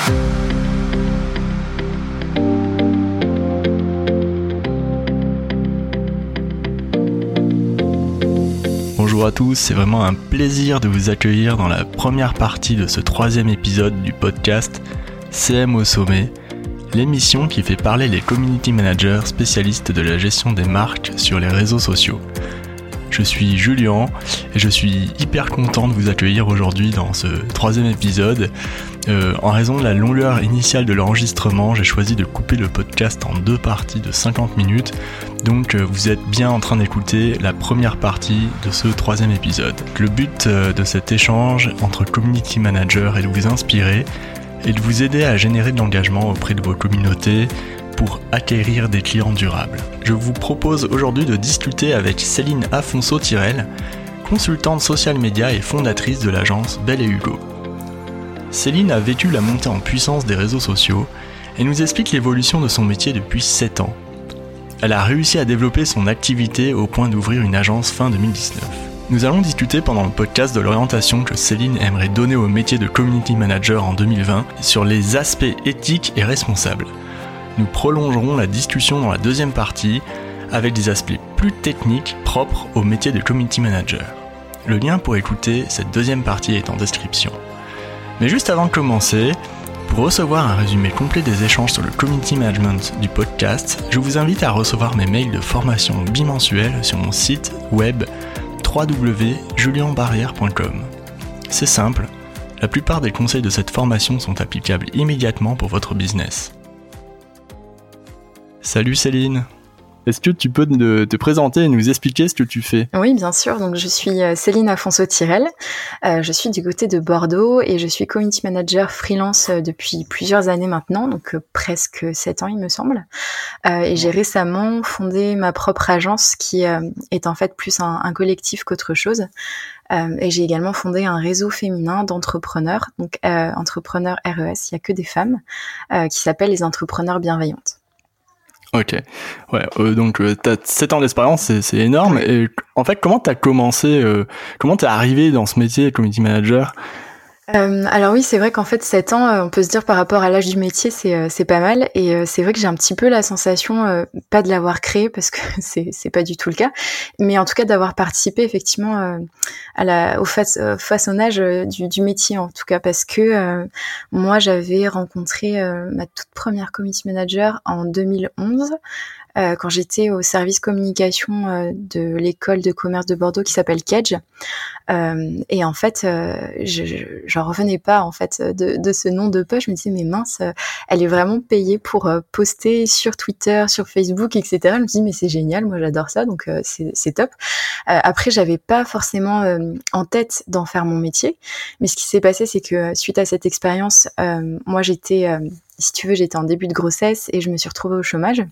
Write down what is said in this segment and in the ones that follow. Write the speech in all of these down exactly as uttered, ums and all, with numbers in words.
Bonjour à tous, c'est vraiment un plaisir de vous accueillir dans la première partie de ce troisième épisode du podcast C M au sommet, l'émission qui fait parler les community managers spécialistes de la gestion des marques sur les réseaux sociaux. Je suis Julien et je suis hyper content de vous accueillir aujourd'hui dans ce troisième épisode. Euh, en raison de la longueur initiale de l'enregistrement, j'ai choisi de couper le podcast en deux parties de cinquante minutes. Donc euh, vous êtes bien en train d'écouter la première partie de ce troisième épisode. Le but euh, de cet échange entre community managers est de vous inspirer et de vous aider à générer de l'engagement auprès de vos communautés pour acquérir des clients durables. Je vous propose aujourd'hui de discuter avec Céline Afonso-Tirel, consultante social media et fondatrice de l'agence Belle et Hugo. Céline a vécu la montée en puissance des réseaux sociaux et nous explique l'évolution de son métier depuis sept ans. Elle a réussi à développer son activité au point d'ouvrir une agence fin deux mille dix-neuf. Nous allons discuter pendant le podcast de l'orientation que Céline aimerait donner au métier de community manager en deux mille vingt sur les aspects éthiques et responsables. Nous prolongerons la discussion dans la deuxième partie avec des aspects plus techniques propres au métier de community manager. Le lien pour écouter cette deuxième partie est en description. Mais juste avant de commencer, pour recevoir un résumé complet des échanges sur le community management du podcast, je vous invite à recevoir mes mails de formation bimensuels sur mon site web w w w point julien barrière point com. C'est simple, la plupart des conseils de cette formation sont applicables immédiatement pour votre business. Salut Céline, est-ce que tu peux te, te présenter et nous expliquer ce que tu fais ? Oui, bien sûr. Donc, je suis Céline Afonso-Tirel. Euh, je suis du côté de Bordeaux et je suis community manager freelance depuis plusieurs années maintenant, donc euh, presque sept ans, il me semble. Euh, et j'ai récemment fondé ma propre agence qui euh, est en fait plus un, un collectif qu'autre chose. Euh, et j'ai également fondé un réseau féminin d'entrepreneurs, donc euh, entrepreneurs R E S, il n'y a que des femmes, euh, qui s'appelle les entrepreneurs bienveillantes. Ok, ouais, euh, donc euh, t'as sept ans d'expérience, c'est, c'est énorme. Et en fait, comment t'as commencé, euh, comment t'es arrivé dans ce métier de community manager ? Euh, alors oui, c'est vrai qu'en fait, sept ans, euh, on peut se dire par rapport à l'âge du métier, c'est euh, c'est pas mal. Et euh, c'est vrai que j'ai un petit peu la sensation, euh, pas de l'avoir créé parce que c'est c'est pas du tout le cas, mais en tout cas d'avoir participé effectivement euh, à la au fa- euh, façonnage euh, du, du métier en tout cas, parce que euh, moi j'avais rencontré euh, ma toute première community manager en deux mille onze. Euh, quand j'étais au service communication euh, de l'école de commerce de Bordeaux qui s'appelle Kedge. Euh, et en fait, euh, je, je j'en revenais pas en fait de, de ce nom de poche. Je me disais mais mince, euh, elle est vraiment payée pour euh, poster sur Twitter, sur Facebook, et cetera. Je me dis mais c'est génial, moi j'adore ça, donc euh, c'est, c'est top. Euh, après, j'avais pas forcément euh, en tête d'en faire mon métier, mais ce qui s'est passé, c'est que suite à cette expérience, euh, moi j'étais, euh, si tu veux, j'étais en début de grossesse et je me suis retrouvée au chômage.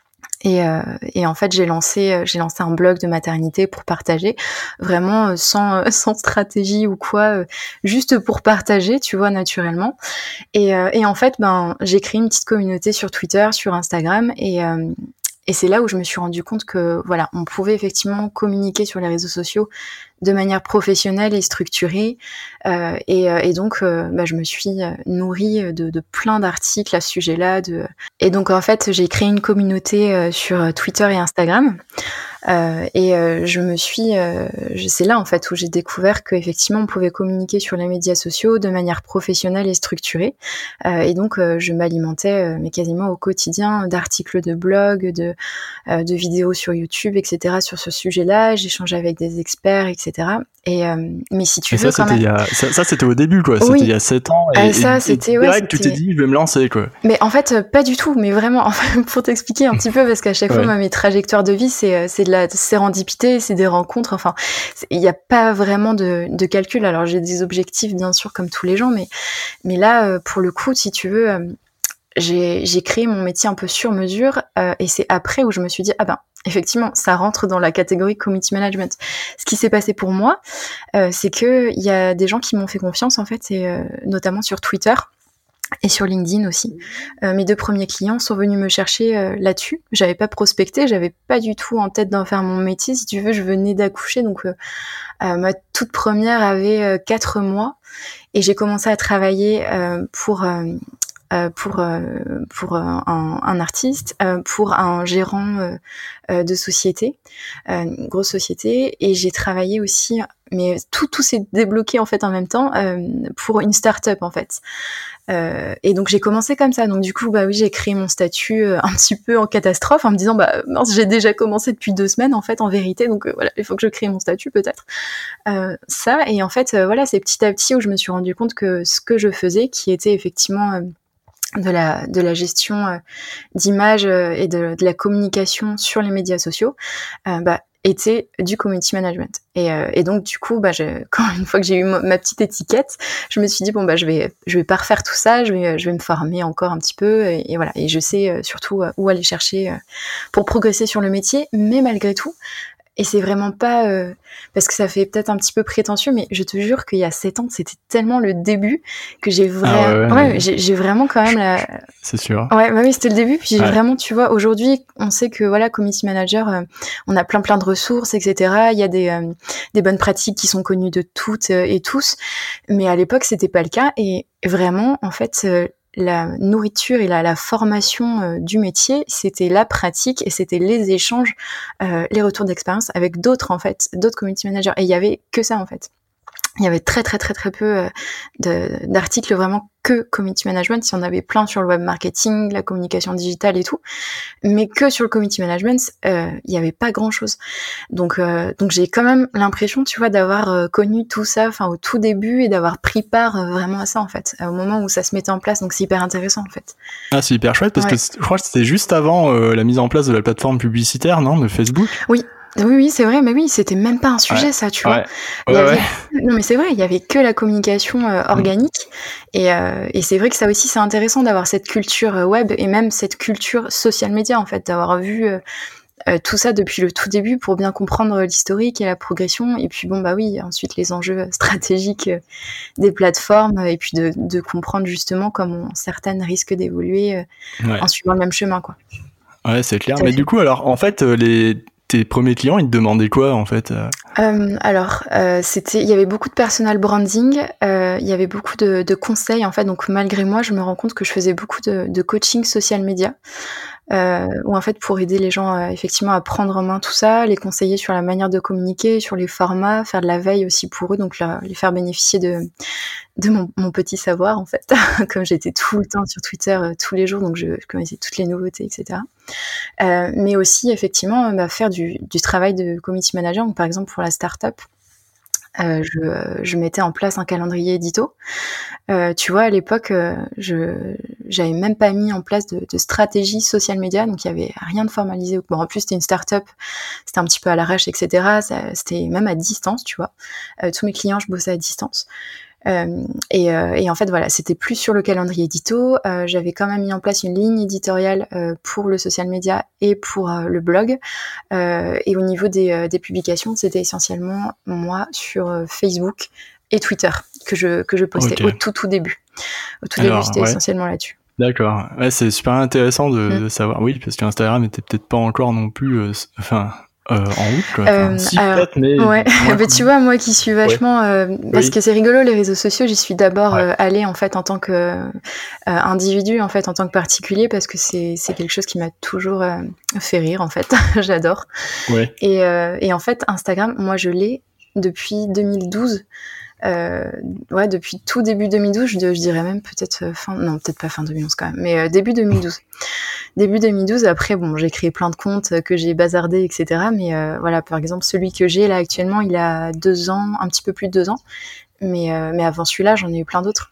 Et, euh, et en fait, j'ai lancé, j'ai lancé un blog de maternité pour partager, vraiment sans, sans stratégie ou quoi, juste pour partager, tu vois, naturellement. Et, euh, et en fait, ben, j'ai créé une petite communauté sur Twitter, sur Instagram, et euh, et c'est là où je me suis rendu compte que voilà, on pouvait effectivement communiquer sur les réseaux sociaux de manière professionnelle et structurée. Euh, et, et donc, euh, bah, je me suis nourrie de, de plein d'articles à ce sujet-là. De... Et donc, en fait, j'ai créé une communauté euh, sur Twitter et Instagram. Euh, et euh, je me suis, euh, c'est là en fait où j'ai découvert qu'effectivement on pouvait communiquer sur les médias sociaux de manière professionnelle et structurée. Euh, et donc euh, je m'alimentais, euh, mais quasiment au quotidien, d'articles de blog, de, euh, de vidéos sur YouTube, et cetera. Sur ce sujet-là, j'échangeais avec des experts, et cetera. Et euh, mais si tu et veux, ça, quand c'était même. Il y a, ça, ça, c'était au début, quoi. Oui. C'était il y a sept ans. Et, euh, ça, et, c'était, et ouais, direct, c'était... tu t'es dit, je vais me lancer, quoi. Mais en fait, euh, pas du tout. Mais vraiment, enfin, pour t'expliquer un petit peu, parce qu'à chaque Ouais. fois, moi, mes trajectoires de vie, c'est, c'est de la sérendipité, c'est des rencontres. Enfin, il n'y a pas vraiment de, de calcul. Alors, j'ai des objectifs, bien sûr, comme tous les gens, mais, mais là, euh, pour le coup, si tu veux, euh, j'ai, j'ai créé mon métier un peu sur mesure, euh, et c'est après où je me suis dit, ah ben, effectivement, ça rentre dans la catégorie community management. Ce qui s'est passé pour moi, euh, c'est que il y a des gens qui m'ont fait confiance, en fait, et euh, notamment sur Twitter. Et sur LinkedIn aussi. Euh, mes deux premiers clients sont venus me chercher euh, là-dessus. J'avais pas prospecté, j'avais pas du tout en tête d'en faire mon métier. Si tu veux, je venais d'accoucher, donc euh, euh, ma toute première avait euh, quatre mois. Et j'ai commencé à travailler euh, pour euh, euh, pour euh, pour un, un artiste, euh, pour un gérant euh, euh, de société, euh, une grosse société, et j'ai travaillé aussi, mais tout tout s'est débloqué en fait en même temps euh, pour une start-up en fait. Euh, et donc j'ai commencé comme ça. Donc du coup, bah oui, j'ai créé mon statut euh, un petit peu en catastrophe en me disant, bah mince, j'ai déjà commencé depuis deux semaines en fait en vérité. Donc euh, voilà, il faut que je crée mon statut peut-être. Euh, ça et en fait, euh, voilà, c'est petit à petit où je me suis rendu compte que ce que je faisais, qui était effectivement euh, de la de la gestion euh, d'images euh, et de, de la communication sur les médias sociaux, euh, bah était du community management. Et, euh, et donc du coup, bah, je, quand une fois que j'ai eu ma, ma petite étiquette, je me suis dit bon bah je vais je vais pas refaire tout ça, je vais je vais me former encore un petit peu et, et voilà. Et je sais euh, surtout euh, où aller chercher euh, pour progresser sur le métier, mais malgré tout. Et c'est vraiment pas... Euh, parce que ça fait peut-être un petit peu prétentieux, mais je te jure qu'il y a sept ans, c'était tellement le début que j'ai vraiment... Ah ouais, ouais, ouais, mais... j'ai, j'ai vraiment quand même la... C'est sûr. Ouais, bah oui, c'était le début. Puis j'ai ouais. vraiment, tu vois, aujourd'hui, on sait que, voilà, community manager, euh, on a plein plein de ressources, et cetera. Il y a des, euh, des bonnes pratiques qui sont connues de toutes euh, et tous. Mais à l'époque, c'était pas le cas. Et vraiment, en fait... Euh, la nourriture et la, la formation euh, du métier, c'était la pratique et c'était les échanges, euh, les retours d'expérience avec d'autres en fait, d'autres community managers. Et il y avait que ça en fait. Il y avait très très très très peu euh, de, d'articles vraiment que community management. Si on avait plein sur le web marketing, la communication digitale et tout, mais que sur le community management, euh, il y avait pas grand chose. Donc euh, donc j'ai quand même l'impression, tu vois, d'avoir euh, connu tout ça, enfin au tout début et d'avoir pris part euh, vraiment à ça en fait, au moment où ça se mettait en place. Donc c'est hyper intéressant en fait. Ah c'est hyper chouette parce ouais. que je crois que c'était juste avant euh, la mise en place de la plateforme publicitaire, non, de Facebook. Oui. Oui, oui, c'est vrai, mais oui, c'était même pas un sujet, ouais. ça, tu vois. Ouais. Il ouais, y avait... ouais. Non, mais c'est vrai, il y avait que la communication euh, organique. Mmh. Et, euh, et c'est vrai que ça aussi, c'est intéressant d'avoir cette culture web et même cette culture social media, en fait, d'avoir vu euh, euh, tout ça depuis le tout début pour bien comprendre l'historique et la progression. Et puis, bon, bah oui, ensuite, les enjeux stratégiques euh, des plateformes et puis de, de comprendre justement comment certaines risquent d'évoluer euh, ouais. en suivant le même chemin, quoi. Ouais, c'est clair. Mais du coup, alors, en fait, les... tes premiers clients, ils te demandaient quoi en fait euh, Alors, euh, c'était, il y avait beaucoup de personal branding, euh, il y avait beaucoup de, de conseils en fait. Donc malgré moi, je me rends compte que je faisais beaucoup de, de coaching social media, euh, où en fait pour aider les gens euh, effectivement à prendre en main tout ça, les conseiller sur la manière de communiquer, sur les formats, faire de la veille aussi pour eux, donc leur, les faire bénéficier de de mon, mon petit savoir en fait, comme j'étais tout le temps sur Twitter euh, tous les jours, donc je, je connaissais toutes les nouveautés, et cetera. Euh, mais aussi effectivement bah, faire du, du travail de community manager. Donc par exemple pour la startup, euh, je, je mettais en place un calendrier édito. Euh, tu vois, à l'époque, euh, je j'avais même pas mis en place de, de stratégie social media, donc il y avait rien de formalisé. Bon, en plus c'était une startup, c'était un petit peu à l'arrache, et cetera. Ça, c'était même à distance, tu vois. Euh, tous mes clients, je bossais à distance. Euh, et, euh, et en fait voilà, c'était plus sur le calendrier édito. Euh, j'avais quand même mis en place une ligne éditoriale euh, pour le social media et pour euh, le blog. Euh, et au niveau des, euh, des publications, c'était essentiellement moi sur euh, Facebook et Twitter que je que je postais okay. au tout tout début. Au tout Alors, début, c'était ouais. essentiellement là-dessus. D'accord. Ouais, c'est super intéressant de, mmh. de savoir. Oui, parce qu'Instagram était peut-être pas encore non plus. Euh, enfin. Euh, en août, quoi. Enfin, euh, si, alors, peut-être, mais... Ouais, bah, tu vois, moi qui suis vachement... Ouais. Euh, parce oui. que c'est rigolo, les réseaux sociaux, j'y suis d'abord ouais. euh, allée, en fait, en tant que euh, individu, en fait, en tant que particulier, parce que c'est, c'est quelque chose qui m'a toujours euh, fait rire, en fait. J'adore. Ouais. Et, euh, et en fait, Instagram, moi, je l'ai depuis deux mille douze. Euh, ouais, depuis tout début deux mille douze, je, je dirais même peut-être fin, non, peut-être pas fin deux mille onze quand même, mais euh, début deux mille douze. Début deux mille douze, après, bon, j'ai créé plein de comptes que j'ai bazardés, et cetera. Mais euh, voilà, par exemple, celui que j'ai là actuellement, il a deux ans, un petit peu plus de deux ans. Mais, euh, mais avant celui-là, j'en ai eu plein d'autres.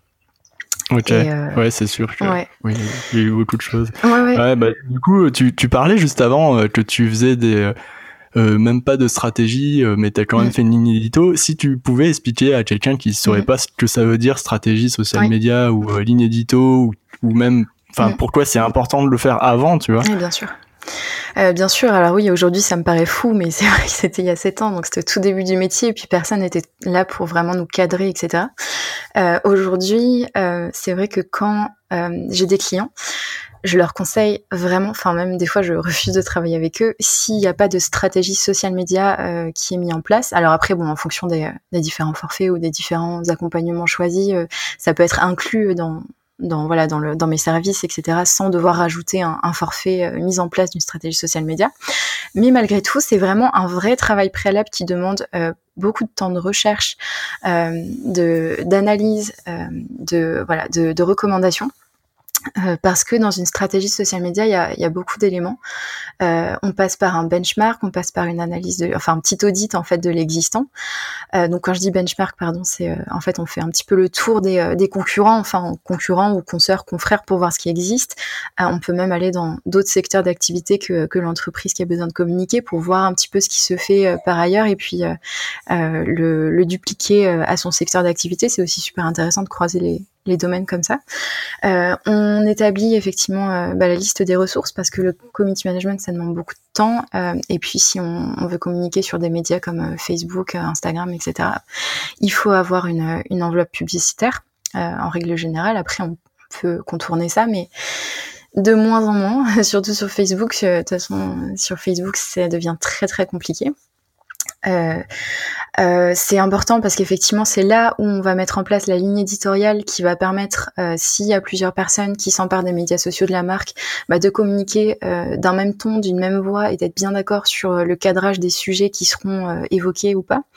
Ok, et euh... ouais, c'est sûr que ouais. oui, il y a eu beaucoup de choses. Ouais, ouais. ouais bah, du coup, tu, tu parlais juste avant euh, que tu faisais des... Euh, même pas de stratégie, euh, mais tu as quand même mmh. fait une ligne édito. Si tu pouvais expliquer à quelqu'un qui ne saurait mmh. pas ce que ça veut dire stratégie social oui. media ou euh, ligne édito ou, ou même enfin mmh. pourquoi c'est important de le faire avant, tu vois. Oui, bien sûr. Euh, bien sûr, alors oui, aujourd'hui ça me paraît fou, mais c'est vrai que c'était il y a sept ans, donc c'était au tout début du métier, et puis personne n'était là pour vraiment nous cadrer, et cetera. Euh, aujourd'hui, euh, c'est vrai que quand euh, j'ai des clients, je leur conseille vraiment, enfin même des fois je refuse de travailler avec eux s'il n'y a pas de stratégie social media euh, qui est mise en place. Alors après, bon, en fonction des, des différents forfaits ou des différents accompagnements choisis, euh, ça peut être inclus dans dans voilà dans le dans mes services, et cetera, sans devoir rajouter un, un forfait euh, mise en place d'une stratégie social media. Mais malgré tout, c'est vraiment un vrai travail préalable qui demande euh, beaucoup de temps de recherche, euh, de d'analyse, euh, de voilà de, de recommandations. Euh, parce que dans une stratégie social media, il y a, il y a beaucoup d'éléments. Euh, on passe par un benchmark, on passe par une analyse, de, enfin un petit audit en fait de l'existant. Euh, donc quand je dis benchmark, pardon, c'est euh, en fait on fait un petit peu le tour des, euh, des concurrents, enfin concurrents ou consoeurs, confrères pour voir ce qui existe. Euh, on peut même aller dans d'autres secteurs d'activité que, que l'entreprise qui a besoin de communiquer pour voir un petit peu ce qui se fait euh, par ailleurs et puis euh, euh, le, le dupliquer euh, à son secteur d'activité. C'est aussi super intéressant de croiser les les domaines comme ça. Euh, on établit effectivement euh, bah, la liste des ressources parce que le community management, ça demande beaucoup de temps. Euh, et puis, si on, on veut communiquer sur des médias comme euh, Facebook, euh, Instagram, et cetera, il faut avoir une, une enveloppe publicitaire euh, en règle générale. Après, on peut contourner ça, mais de moins en moins, surtout sur Facebook. De toute façon, sur Facebook, ça devient très, très compliqué. Euh, euh, c'est important parce qu'effectivement c'est là où on va mettre en place la ligne éditoriale qui va permettre, euh, s'il y a plusieurs personnes qui s'emparent des médias sociaux de la marque, bah, de communiquer euh, d'un même ton, d'une même voix et d'être bien d'accord sur le cadrage des sujets qui seront euh, évoqués ou pas,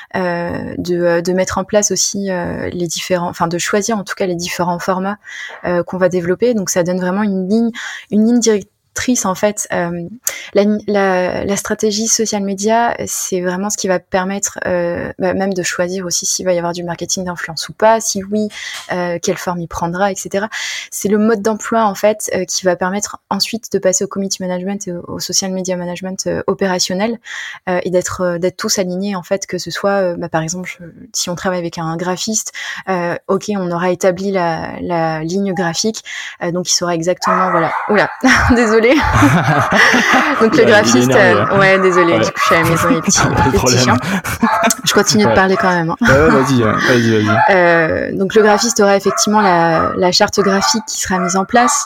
euh, de, de mettre en place aussi euh, les différents, enfin de choisir en tout cas les différents formats euh, qu'on va développer. Donc ça donne vraiment une ligne, une ligne directrice. En fait, euh, la, la, la stratégie social media, c'est vraiment ce qui va permettre euh, bah, même de choisir aussi s'il va y avoir du marketing d'influence ou pas, si oui, euh, quelle forme il prendra, et cetera. C'est le mode d'emploi en fait euh, qui va permettre ensuite de passer au community management et au, au social media management euh, opérationnel euh, et d'être euh, d'être tous alignés en fait, que ce soit euh, bah, par exemple je, si on travaille avec un graphiste, euh, ok, on aura établi la, la ligne graphique, euh, donc il saura exactement voilà. Oula, désolé. Donc le graphiste, euh, ouais, désolé, ouais. Du coup je suis à la maison, les petits, les petits chiens. Je continue ouais. de parler quand même. Hein. Ouais, vas-y, vas-y, vas-y. Euh, donc le graphiste aura effectivement la, la charte graphique qui sera mise en place.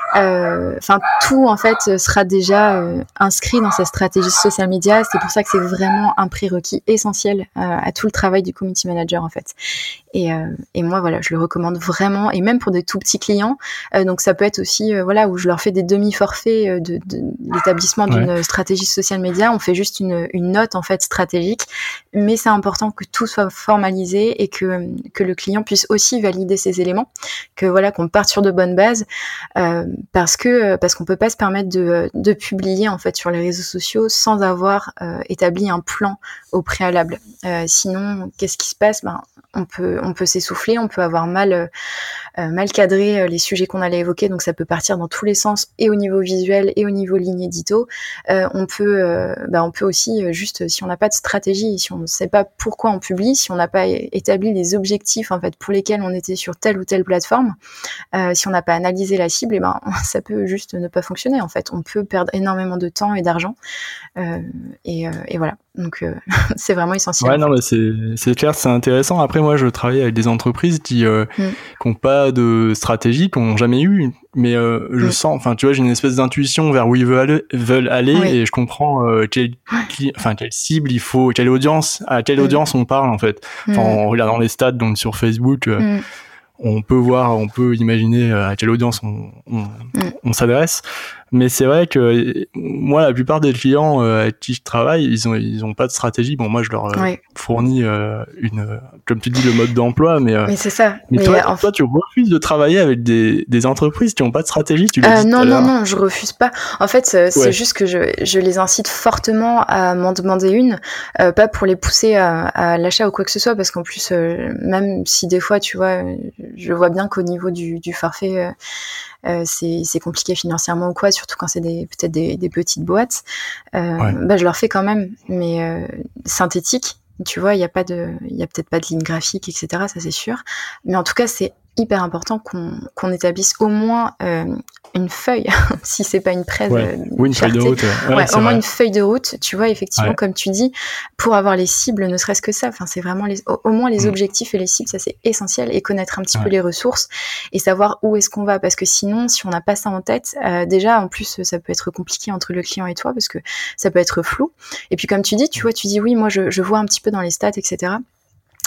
Enfin, euh, tout en fait sera déjà euh, inscrit dans sa stratégie social media. C'est pour ça que c'est vraiment un prérequis essentiel euh, à tout le travail du community manager en fait. Et, euh, et moi voilà, je le recommande vraiment, et même pour des tout petits clients. Euh, donc ça peut être aussi euh, voilà où je leur fais des demi-forfaits euh, de, de l'établissement d'une ouais. stratégie social media. On fait juste une, une note en fait stratégique, mais c'est important que tout soit formalisé et que que le client puisse aussi valider ces éléments, que voilà qu'on parte sur de bonnes bases. Euh, parce que parce qu'on peut pas se permettre de de publier en fait sur les réseaux sociaux sans avoir euh, établi un plan au préalable. Euh, sinon, qu'est-ce qui se passe ? Ben on peut on peut s'essouffler, on peut avoir mal euh, mal cadré les sujets qu'on allait évoquer, donc ça peut partir dans tous les sens, et au niveau visuel et au niveau ligne édito. Euh, on peut euh, ben on peut aussi juste, si on n'a pas de stratégie, si on ne sait pas pourquoi on publie, si on n'a pas établi les objectifs en fait pour lesquels on était sur telle ou telle plateforme, euh, si on n'a pas analysé la cible, et ben ça peut juste ne pas fonctionner en fait. On peut perdre énormément de temps et d'argent, euh, et, euh, et voilà. Donc euh, c'est vraiment essentiel. Ouais, non, mais c'est c'est clair, c'est intéressant. Après, moi, je travaille avec des entreprises qui euh, mm. qui ont pas de stratégie, qui ont jamais eu, mais euh, je mm. sens, enfin, tu vois, j'ai une espèce d'intuition vers où ils veulent aller, veulent aller, oui. et je comprends euh, quelle, qui, enfin, quelle cible il faut, quelle audience, à quelle mm. audience on parle en fait. Enfin, mm. en regardant les stats, donc sur Facebook. Euh, mm. On peut voir, on peut imaginer à quelle audience on, on, mm. on s'adresse. Mais c'est vrai que moi, la plupart des clients euh, avec qui je travaille, ils ont, ils ont pas de stratégie. Bon, moi, je leur euh, oui. fournis euh, une, comme tu dis, le mode d'emploi. Mais, euh, mais c'est ça. Mais, mais toi, en... toi, tu refuses de travailler avec des, des entreprises qui ont pas de stratégie. Tu l'as euh, dit non, tout à non, l'heure. non, je refuse pas. En fait, c'est ouais. juste que je, je les incite fortement à m'en demander une, euh, pas pour les pousser à, à l'achat ou quoi que ce soit, parce qu'en plus, euh, même si des fois, tu vois, je vois bien qu'au niveau du, du forfait, euh, Euh, c'est, c'est compliqué financièrement ou quoi, surtout quand c'est des, peut-être des, des petites boîtes, euh, ouais. bah, je leur fais quand même, mais euh, synthétique, tu vois, il y a pas de, il y a peut-être pas de ligne graphique, et cetera, ça c'est sûr, mais en tout cas c'est hyper important qu'on, qu'on établisse au moins euh, une feuille, si c'est pas une presse, ouais. euh, oui, une feuille de route, ouais, ouais, au moins une feuille de route, tu vois, effectivement, ouais. comme tu dis, pour avoir les cibles, ne serait-ce que ça, enfin c'est vraiment les, au, au moins les mmh. objectifs et les cibles, ça c'est essentiel, et connaître un petit ouais. peu les ressources et savoir où est-ce qu'on va, parce que sinon, si on n'a pas ça en tête, euh, déjà en plus ça peut être compliqué entre le client et toi, parce que ça peut être flou. Et puis comme tu dis, tu vois, tu dis oui, moi je, je vois un petit peu dans les stats, et cetera.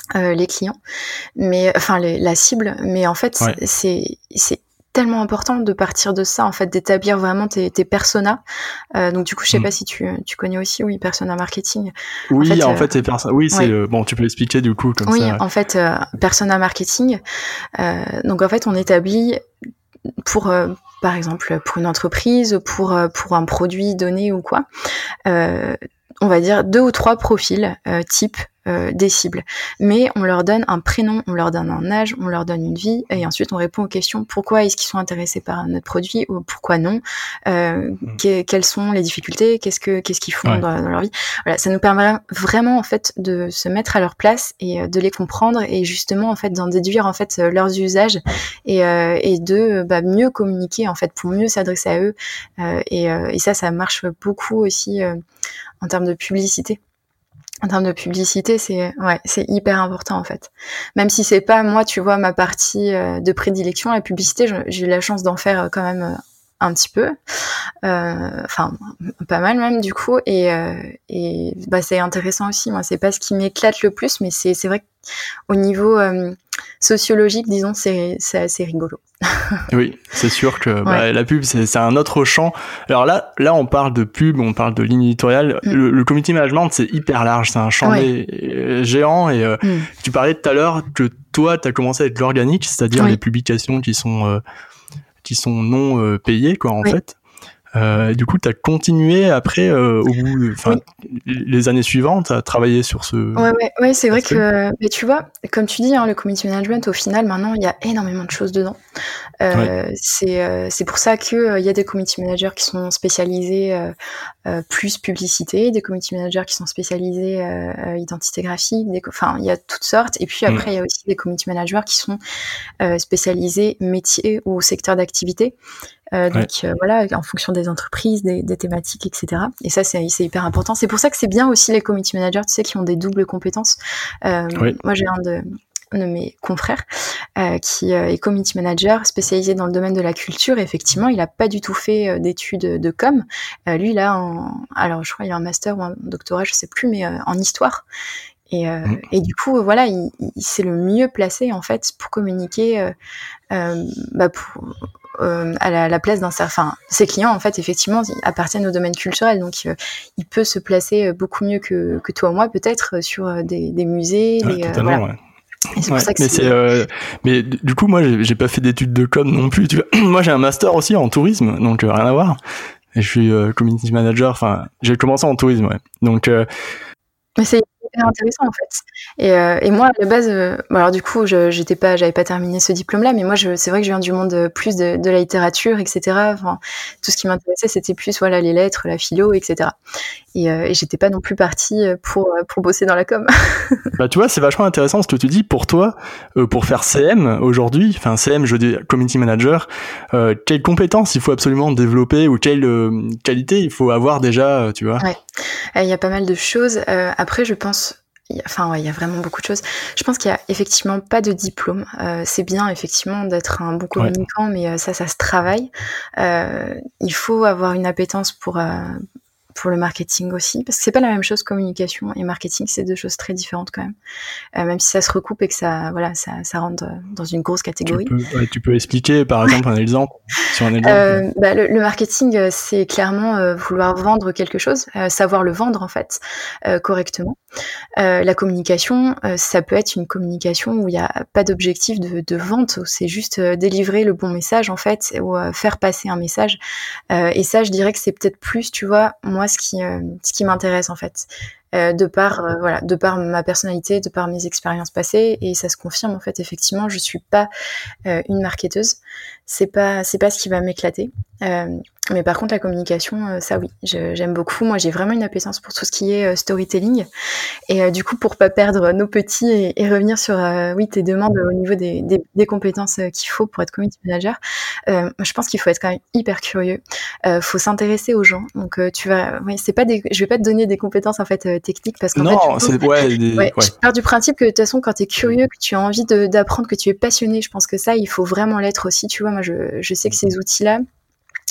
euh, les clients, mais enfin les, la cible. Mais en fait, Ouais. c'est c'est tellement important de partir de ça, en fait, d'établir vraiment tes, tes personas. Euh, donc du coup, je sais Mm. pas si tu, tu connais aussi, oui, persona marketing. Oui, En fait, en euh, fait, c'est perso- oui, c'est ouais. euh, bon, tu peux expliquer du coup comme Oui, ça. Ouais. en fait, euh, persona marketing. Euh, donc en fait, on établit pour, euh, par exemple, pour une entreprise, pour euh, pour un produit donné ou quoi. Euh, on va dire deux ou trois profils euh, type euh, des cibles. Mais on leur donne un prénom, on leur donne un âge, on leur donne une vie, et ensuite on répond aux questions pourquoi est-ce qu'ils sont intéressés par notre produit ou pourquoi non, euh, Mm. que, quelles sont les difficultés, qu'est-ce que qu'est-ce qu'ils font Ouais. dans, dans leur vie. Voilà, ça nous permet vraiment en fait de se mettre à leur place et euh, de les comprendre et justement en fait d'en déduire en fait euh, leurs usages et, euh, et de bah, mieux communiquer en fait pour mieux s'adresser à eux. Euh, et, euh, et ça, ça marche beaucoup aussi. Euh, en termes de publicité. En termes de publicité, c'est ouais, c'est hyper important en fait. Même si c'est pas moi, tu vois, ma partie euh, de prédilection, la publicité, je, j'ai eu la chance d'en faire euh, quand même euh, un petit peu, enfin euh, pas mal même du coup, et euh, et bah c'est intéressant aussi. Moi, c'est pas ce qui m'éclate le plus, mais c'est c'est vrai qu'au niveau euh, sociologique, disons, c'est c'est assez rigolo. Oui, c'est sûr que Ouais. bah, la pub, c'est, c'est un autre champ. Alors là, là, on parle de pub, on parle de ligne éditoriale. Mm. Le, le community management, c'est hyper large, c'est un champ Ouais. euh, géant. Et euh, Mm. tu parlais tout à l'heure que toi, tu as commencé avec l'organique, c'est-à-dire Oui. les publications qui sont euh, qui sont non euh, payées, quoi, en Oui. fait. Euh, du coup, tu as continué après, euh, au bout, enfin, Oui. les années suivantes, à travailler sur ce. Ouais, ouais, ouais, c'est vrai aspect. que, mais tu vois, comme tu dis, hein, le community management, au final, maintenant, il y a énormément de choses dedans. Euh, Ouais. c'est, euh, c'est pour ça que euh, il y a des community managers qui sont spécialisés euh, euh, plus publicité, des community managers qui sont spécialisés euh, euh, identité graphique, des, enfin, il y a toutes sortes. Et puis après, il Mm. y a aussi des community managers qui sont euh, spécialisés métier ou secteur d'activité. Euh, donc Ouais. euh, voilà, en fonction des entreprises, des, des thématiques, et cetera. Et ça, c'est, c'est hyper important. C'est pour ça que c'est bien aussi les community managers, tu sais, qui ont des doubles compétences. Euh, Ouais. Moi, j'ai un de, de mes confrères euh, qui euh, est community manager spécialisé dans le domaine de la culture. Et effectivement, il n'a pas du tout fait euh, d'études de com. Euh, lui, là, en, alors je crois qu'il a un master ou un doctorat, je sais plus, mais euh, en histoire. Et, euh, Mm. et du coup, voilà, il, il, c'est le mieux placé en fait pour communiquer euh, euh, bah, pour, euh, à la, la place d'un certain. Enfin, ses clients, en fait, effectivement, ils appartiennent au domaine culturel, donc euh, il peut se placer beaucoup mieux que, que toi ou moi, peut-être, sur des, des musées. Ouais, les, totalement, euh, voilà. ouais. Et c'est Ouais, pour ça que mais c'est. c'est euh, mais du coup moi j'ai, j'ai pas fait d'études de com non plus, tu vois. Moi j'ai un master aussi en tourisme, donc euh, rien à voir. Et je suis euh, community manager, enfin j'ai commencé en tourisme, ouais. Donc euh... mais c'est hyper intéressant en fait. Et, euh, et moi à la base, euh, bon, alors du coup je j'étais pas, j'avais pas terminé ce diplôme-là, mais moi je, c'est vrai que je viens du monde de, plus de, de la littérature, et cetera. Enfin, tout ce qui m'intéressait c'était plus voilà les lettres, la philo, et cetera. Et, euh, et j'étais pas non plus partie pour pour bosser dans la com. Bah tu vois, c'est vachement intéressant ce que tu dis. Pour toi, euh, pour faire C M aujourd'hui, enfin C M, je dis community manager, euh, quelles compétences il faut absolument développer ou quelle euh, qualité il faut avoir déjà, euh, tu vois. Ouais, il euh, y a pas mal de choses. Euh, après, je pense, y a, enfin ouais, il y a vraiment beaucoup de choses. Je pense qu'il y a effectivement pas de diplôme. Euh, c'est bien effectivement d'être un bon communicant, ouais. mais euh, ça, ça se travaille. Euh, il faut avoir une appétence pour euh, pour le marketing aussi, parce que c'est pas la même chose, communication et marketing, c'est deux choses très différentes quand même. Euh, même si ça se recoupe et que ça, voilà, ça, ça rentre dans une grosse catégorie. Tu peux, ouais, tu peux expliquer par exemple un exemple sur un exemple. Euh, bah, le, le marketing, c'est clairement euh, vouloir vendre quelque chose, euh, savoir le vendre en fait euh, correctement. Euh, la communication, euh, ça peut être une communication où il n'y a pas d'objectif de, de vente, où c'est juste euh, délivrer le bon message en fait, ou euh, faire passer un message. Euh, et ça, je dirais que c'est peut-être plus, tu vois, moi ce qui, euh, ce qui m'intéresse en fait. Euh, de par euh, voilà, de par ma personnalité, de par mes expériences passées, et ça se confirme en fait. Effectivement, je suis pas euh, une marketeuse, c'est pas c'est pas ce qui va m'éclater. Euh, mais par contre, la communication, euh, ça oui, je, j'aime beaucoup. Moi, j'ai vraiment une appétence pour tout ce qui est euh, storytelling. Et euh, du coup, pour pas perdre nos petits et, et revenir sur euh, oui tes demandes au niveau des, des, des compétences euh, qu'il faut pour être community manager, euh, je pense qu'il faut être quand même hyper curieux. Euh, faut s'intéresser aux gens. Donc euh, tu vas, oui, c'est pas des, je vais pas te donner des compétences en fait euh, techniques parce qu'en non, fait, c'est ouais, des, ouais, ouais. je pars du principe que de toute façon, quand t'es curieux, que tu as envie de, d'apprendre, que tu es passionné, je pense que ça, il faut vraiment l'être aussi. Tu vois, moi, je, je sais que ces outils-là,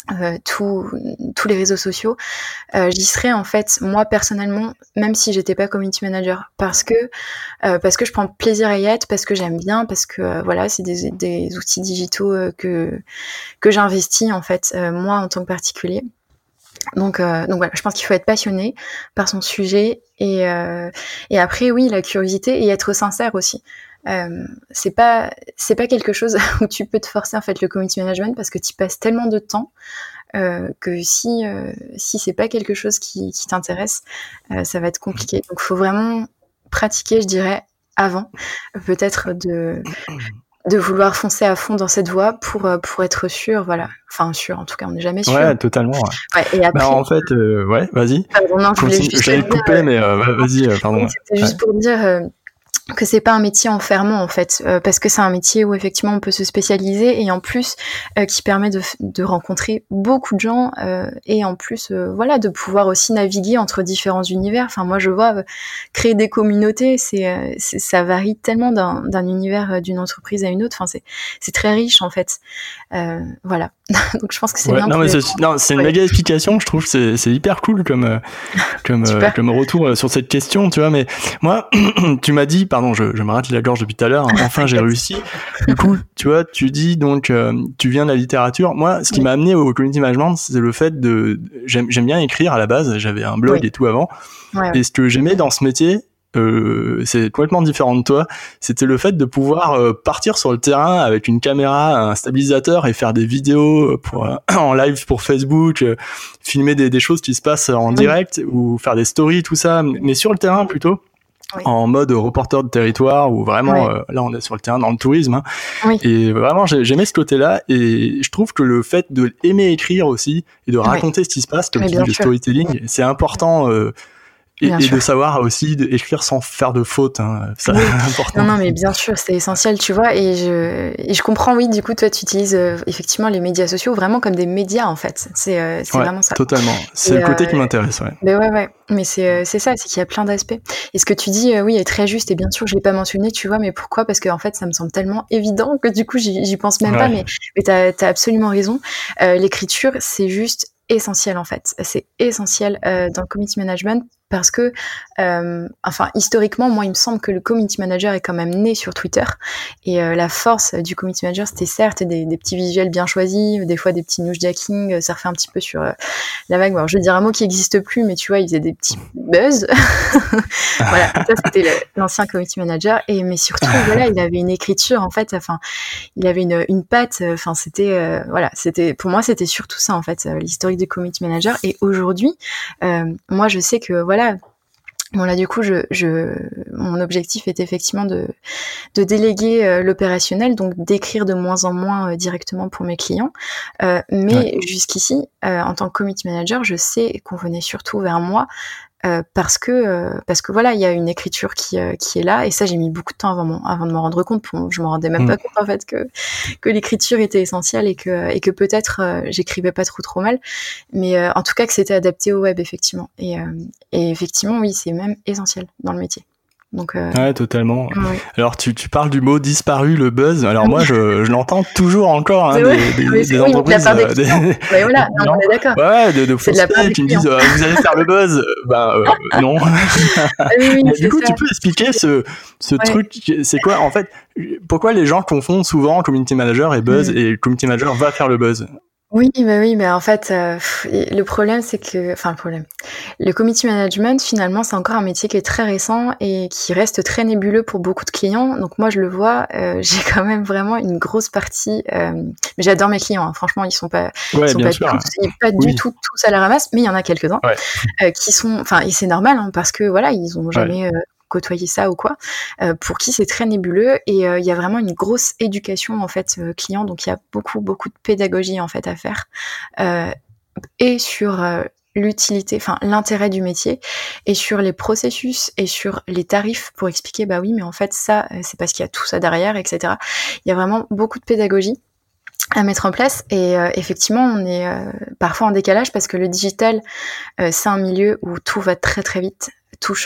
Euh, tous tous les réseaux sociaux, euh, j'y serais en fait moi personnellement, même si j'étais pas community manager, parce que euh, parce que je prends plaisir à y être, parce que j'aime bien, parce que euh, voilà, c'est des, des outils digitaux euh, que que j'investis en fait euh, moi en tant que particulier. Donc euh, donc voilà, je pense qu'il faut être passionné par son sujet et euh, et après oui, la curiosité et être sincère aussi. Euh, c'est pas c'est pas quelque chose où tu peux te forcer en fait le community management parce que tu passes tellement de temps euh, que si euh, si c'est pas quelque chose qui, qui t'intéresse, euh, ça va être compliqué. Donc faut vraiment pratiquer, je dirais, avant peut-être de de vouloir foncer à fond dans cette voie pour pour être sûr, voilà. Enfin sûr, en tout cas, on n'est jamais sûr. Ouais, totalement. Ouais. Ouais, et après, bah en fait, euh, ouais, vas-y. pardon, non, je voulais Continue. juste J'allais te te dire, couper, mais euh, vas-y, euh, pardon. oui, c'était juste Ouais. pour dire euh, que c'est pas un métier enfermant en fait, euh, parce que c'est un métier où effectivement on peut se spécialiser et en plus euh, qui permet de, de rencontrer beaucoup de gens euh, et en plus euh, voilà de pouvoir aussi naviguer entre différents univers. Enfin moi je vois euh, créer des communautés, c'est, euh, c'est ça varie tellement d'un, d'un univers euh, d'une entreprise à une autre. Enfin c'est c'est très riche en fait. Euh, voilà. Donc je pense que c'est Ouais, bien. non, Pour mais les... c'est, non, c'est une ouais. méga explication. Je trouve que c'est, c'est hyper cool comme, euh, comme, euh, comme retour euh, sur cette question, tu vois. Mais moi, tu m'as dit, pardon, je, je me rate la gorge depuis tout à l'heure. Hein, enfin, j'ai réussi. Du coup, tu vois, tu dis donc, euh, tu viens de la littérature. Moi, ce qui Oui. m'a amené au community management, c'est le fait de, j'aime, j'aime bien écrire à la base. J'avais un blog Oui. et tout avant. Ouais, ouais. Et ce que j'aimais dans ce métier, Euh, c'est complètement différent de toi, c'était le fait de pouvoir euh, partir sur le terrain avec une caméra, un stabilisateur et faire des vidéos pour, euh, en live pour Facebook, euh, filmer des, des choses qui se passent en Oui. direct ou faire des stories, tout ça, mais sur le terrain plutôt. Oui. En mode reporter de territoire ou vraiment Ouais. euh, là on est sur le terrain dans le tourisme hein. Oui. Et vraiment j'ai, j'aimais ce côté-là et je trouve que le fait de aimer écrire aussi et de raconter oui. ce qui se passe comme mais tu bien dis sûr. le storytelling c'est important euh, Et, et de savoir aussi de écrire sans faire de fautes, hein, ça oui. c'est important. Non, non, mais bien sûr, c'est essentiel, tu vois. Et je, et je comprends, oui, du coup, toi, tu utilises euh, effectivement les médias sociaux vraiment comme des médias, en fait. C'est, euh, c'est ouais, vraiment ça. Totalement. C'est et le côté euh, qui m'intéresse, ouais. Mais ouais, ouais. Mais c'est, euh, c'est ça, c'est qu'il y a plein d'aspects. Et ce que tu dis, euh, oui, est très juste. Et bien sûr, je l'ai pas mentionné, tu vois, mais pourquoi ? Parce qu'en fait, ça me semble tellement évident que du coup, j'y, j'y pense même ouais. pas. Mais, mais t'as, t'as absolument raison. Euh, l'écriture, c'est juste essentiel, en fait. C'est essentiel euh, dans le community management. Parce que, euh, enfin, historiquement, moi, il me semble que le community manager est quand même né sur Twitter. Et euh, la force du community manager, c'était certes des, des petits visuels bien choisis, des fois des petits newsjacking, ça refait un petit peu sur euh, la vague. Bon, alors, je veux dire un mot qui n'existe plus, mais tu vois, il faisait des petits buzz. Voilà, ça, c'était le, l'ancien community manager. Et mais surtout, voilà, il avait une écriture, en fait. Enfin, il avait une, une patte. Enfin, c'était, euh, voilà, c'était, pour moi, c'était surtout ça, en fait, euh, l'historique du community manager. Et aujourd'hui, euh, moi, je sais que, voilà. Bon là du coup je, je mon objectif est effectivement de, de déléguer euh, l'opérationnel, donc d'écrire de moins en moins euh, directement pour mes clients. Euh, mais ouais. jusqu'ici, euh, en tant que community manager, je sais qu'on venait surtout vers moi euh, parce que euh, parce que voilà, il y a une écriture qui euh, qui est là et ça j'ai mis beaucoup de temps avant mon, avant de m'en rendre compte. Pour, je me rendais même mmh. pas compte en fait que que l'écriture était essentielle et que et que peut-être euh, j'écrivais pas trop trop mal, mais euh, en tout cas que c'était adapté au web effectivement. Et euh, et effectivement oui, c'est même essentiel dans le métier. Donc, euh... ouais, totalement. Ouais. Alors, tu, tu parles du mot disparu, le buzz. Alors, oui. moi, je, je l'entends toujours encore, hein, ouais, des, des, oui, des oui, entreprises. De la des des... Mais voilà, non, on est d'accord. Ouais, de, de prospects qui me disent, euh, vous allez faire le buzz. Ben, euh, non. Ah, oui, oui, Mais du coup, ça. tu peux expliquer ce, ce ouais. truc, c'est quoi, en fait, pourquoi les gens confondent souvent community manager et buzz, mmh. et community manager va faire le buzz? Oui, bah oui, mais en fait, euh, le problème, c'est que, enfin, le problème, le community management, finalement, c'est encore un métier qui est très récent et qui reste très nébuleux pour beaucoup de clients. Donc moi, je le vois, euh, j'ai quand même vraiment une grosse partie. Euh, mais j'adore mes clients, hein, franchement, ils sont pas, ouais, ils sont bien pas, sûr, tous, hein. pas oui. du tout tous à la ramasse, mais il y en a quelques-uns ouais. euh, qui sont, enfin, et c'est normal, hein, parce que voilà, ils ont jamais. Ouais. Euh, côtoyer ça ou quoi, euh, pour qui c'est très nébuleux et il euh, y a vraiment une grosse éducation en fait euh, client, donc il y a beaucoup beaucoup de pédagogie en fait à faire euh, et sur euh, l'utilité, enfin l'intérêt du métier et sur les processus et sur les tarifs pour expliquer bah oui mais en fait ça c'est parce qu'il y a tout ça derrière, et cetera. Il y a vraiment beaucoup de pédagogie à mettre en place et euh, effectivement on est euh, parfois en décalage parce que le digital euh, c'est un milieu où tout va très très vite, tout change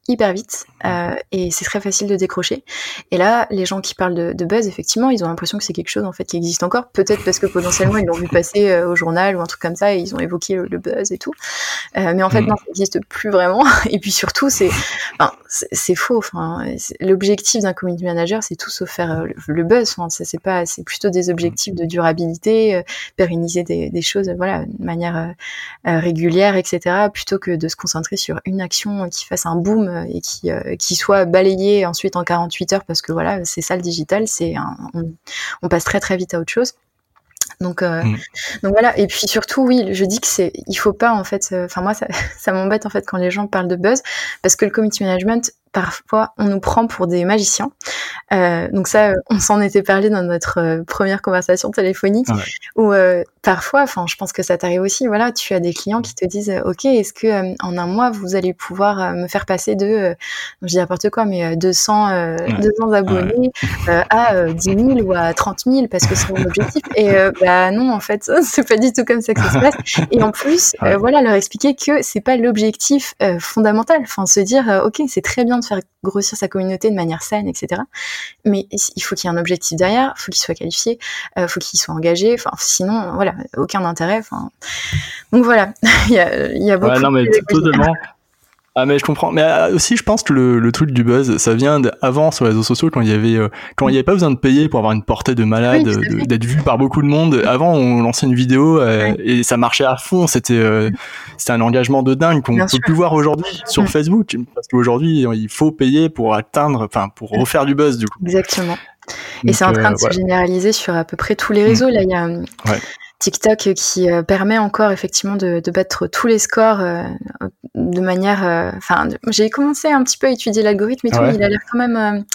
hyper vite euh, et c'est très facile de décrocher. Et là, les gens qui parlent de, de buzz, effectivement, ils ont l'impression que c'est quelque chose en fait qui existe encore. Peut-être parce que potentiellement ils l'ont vu passer euh, au journal ou un truc comme ça et ils ont évoqué le, le buzz et tout. Euh, mais en fait, mmh. non, ça n'existe plus vraiment. Et puis surtout, c'est, enfin, c'est, c'est faux. Enfin, c'est, l'objectif d'un community manager, c'est tout sauf faire euh, le, le buzz. Enfin, ça, c'est pas, c'est plutôt des objectifs de durabilité, euh, pérenniser des, des choses, euh, voilà, de manière euh, euh, régulière, et cetera. Plutôt que de se concentrer sur une action qui fasse un boom et qui, euh, qui soit balayée ensuite en quarante-huit heures, parce que voilà, c'est ça le digital, c'est un, on, on passe très très vite à autre chose. Donc, euh, mmh. donc voilà. Et puis surtout, oui, je dis que c'est, il faut pas en fait. Enfin euh, moi, ça, ça m'embête en fait quand les gens parlent de buzz, parce que le community management, parfois, on nous prend pour des magiciens. Euh, donc ça, on s'en était parlé dans notre euh, première conversation téléphonique, ouais. où euh, parfois, enfin, je pense que ça t'arrive aussi. Voilà, tu as des clients qui te disent, ok, est-ce que euh, en un mois vous allez pouvoir euh, me faire passer de, euh, je dis n'importe quoi, mais euh, deux cents, euh, ouais. deux cents abonnés ouais. euh, à euh, dix mille ou à trente mille parce que c'est mon objectif. Et euh, bah non, en fait, c'est pas du tout comme ça que ça se passe. Et en plus, ouais. euh, voilà, leur expliquer que c'est pas l'objectif euh, fondamental. Enfin, se dire, euh, ok, c'est très bien de faire grossir sa communauté de manière saine, et cetera. Mais il faut qu'il y ait un objectif derrière, il faut qu'il soit qualifié, il euh, faut qu'il soit engagé. Enfin, sinon, voilà, aucun intérêt. Enfin, donc voilà, il y a, il y a beaucoup. Ouais, non, mais de totalement. Ah mais je comprends, mais aussi je pense que le, le truc du buzz, ça vient d'avant sur les réseaux sociaux quand il y avait euh, quand il n'y avait pas besoin de payer pour avoir une portée de malade, oui, de, d'être vu par beaucoup de monde. Avant on lançait une vidéo euh, ouais. et ça marchait à fond, c'était euh, c'était un engagement de dingue qu'on Bien peut sûr. plus voir aujourd'hui sur mmh. Facebook, parce qu'aujourd'hui il faut payer pour atteindre, enfin pour refaire du buzz du coup. Exactement. Et Donc, c'est en train de euh, se voilà. généraliser sur à peu près tous les réseaux. Mmh. Là il y a ouais. TikTok qui euh, permet encore effectivement de, de battre tous les scores euh, de manière. Enfin, euh, j'ai commencé un petit peu à étudier l'algorithme et tout, ouais. mais il a l'air quand même euh,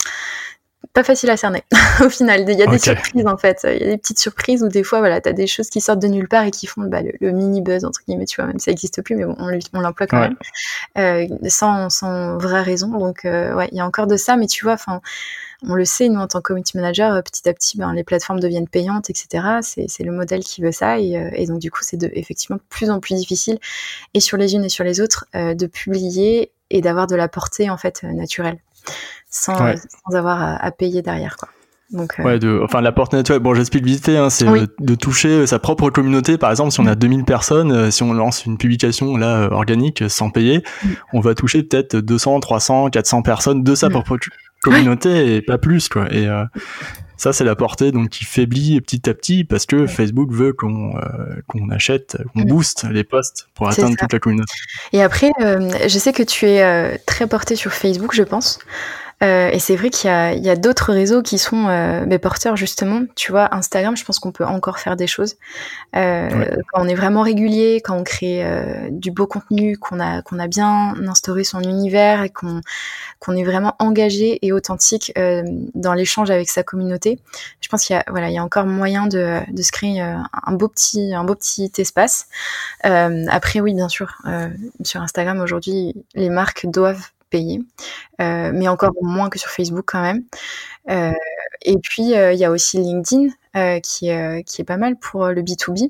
pas facile à cerner. Au final, il y a des okay. surprises en fait. Il y a des petites surprises où des fois, voilà, t'as des choses qui sortent de nulle part et qui font bah, le, le mini buzz entre guillemets. Tu vois, même si ça n'existe plus, mais bon, on, on l'emploie quand ouais. même euh, sans, sans vraie raison. Donc, euh, ouais, il y a encore de ça, mais tu vois, enfin. On le sait, nous, en tant que community manager, petit à petit, ben, les plateformes deviennent payantes, et cetera. C'est, c'est le modèle qui veut ça. Et, et donc, du coup, c'est de, effectivement de plus en plus difficile, et sur les unes et sur les autres, euh, de publier et d'avoir de la portée, en fait, euh, naturelle, sans, ouais. euh, sans avoir à, à payer derrière, quoi. Donc, euh... ouais, de, enfin, la portée naturelle, bon, j'explique vite fait, hein, c'est oui. de, de toucher sa propre communauté. Par exemple, si on a deux mille personnes, euh, si on lance une publication, là, euh, organique, sans payer, mm. on va toucher peut-être deux cents, trois cents, quatre cents personnes de sa mm. propre communauté ouais. et pas plus, quoi. Et, euh, ça, c'est la portée, donc, qui faiblit petit à petit parce que ouais. Facebook veut qu'on, euh, qu'on achète, qu'on mm. booste les posts pour c'est atteindre ça. toute la communauté. Et après, euh, je sais que tu es euh, très porté sur Facebook, je pense. Euh, et c'est vrai qu'il y a, il y a d'autres réseaux qui sont euh, mais porteurs justement. Tu vois, Instagram, je pense qu'on peut encore faire des choses. Euh, ouais. Quand on est vraiment régulier, quand on crée euh, du beau contenu, qu'on a, qu'on a bien instauré son univers et qu'on, qu'on est vraiment engagé et authentique euh, dans l'échange avec sa communauté. Je pense qu'il y a, voilà, il y a encore moyen de, de se créer euh, un beau petit, un beau petit espace. Euh, après, oui, bien sûr, euh, sur Instagram aujourd'hui, les marques doivent payer, euh, mais encore moins que sur Facebook quand même. Euh, et puis, il euh, y a aussi LinkedIn euh, qui, euh, qui est pas mal pour le B deux B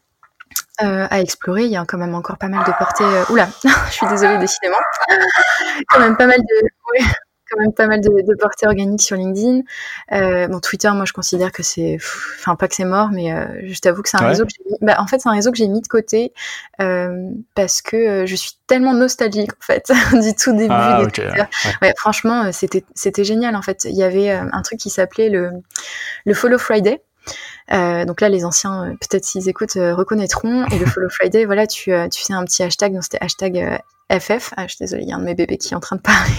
euh, à explorer. Il y a quand même encore pas mal de portées... Euh... Oula, je suis désolée, décidément. quand même pas mal de... Ouais. quand même pas mal de, de portées organiques sur LinkedIn. Euh, bon, Twitter, moi, je considère que c'est... Enfin, pas que c'est mort, mais euh, je t'avoue que c'est un ouais. réseau que j'ai mis... Bah, en fait, c'est un réseau que j'ai mis de côté euh, parce que euh, je suis tellement nostalgique, en fait, du tout début ah, de okay, Twitter. Ouais. Ouais, franchement, c'était, c'était génial, en fait. Il y avait euh, un truc qui s'appelait le, le Follow Friday. Euh, donc là, les anciens, euh, peut-être s'ils écoutent, euh, reconnaîtront. Et le Follow Friday, voilà, tu, euh, tu fais un petit hashtag, donc c'était hashtag... Euh, F F, ah, je suis désolée, il y a un de mes bébés qui est en train de parler.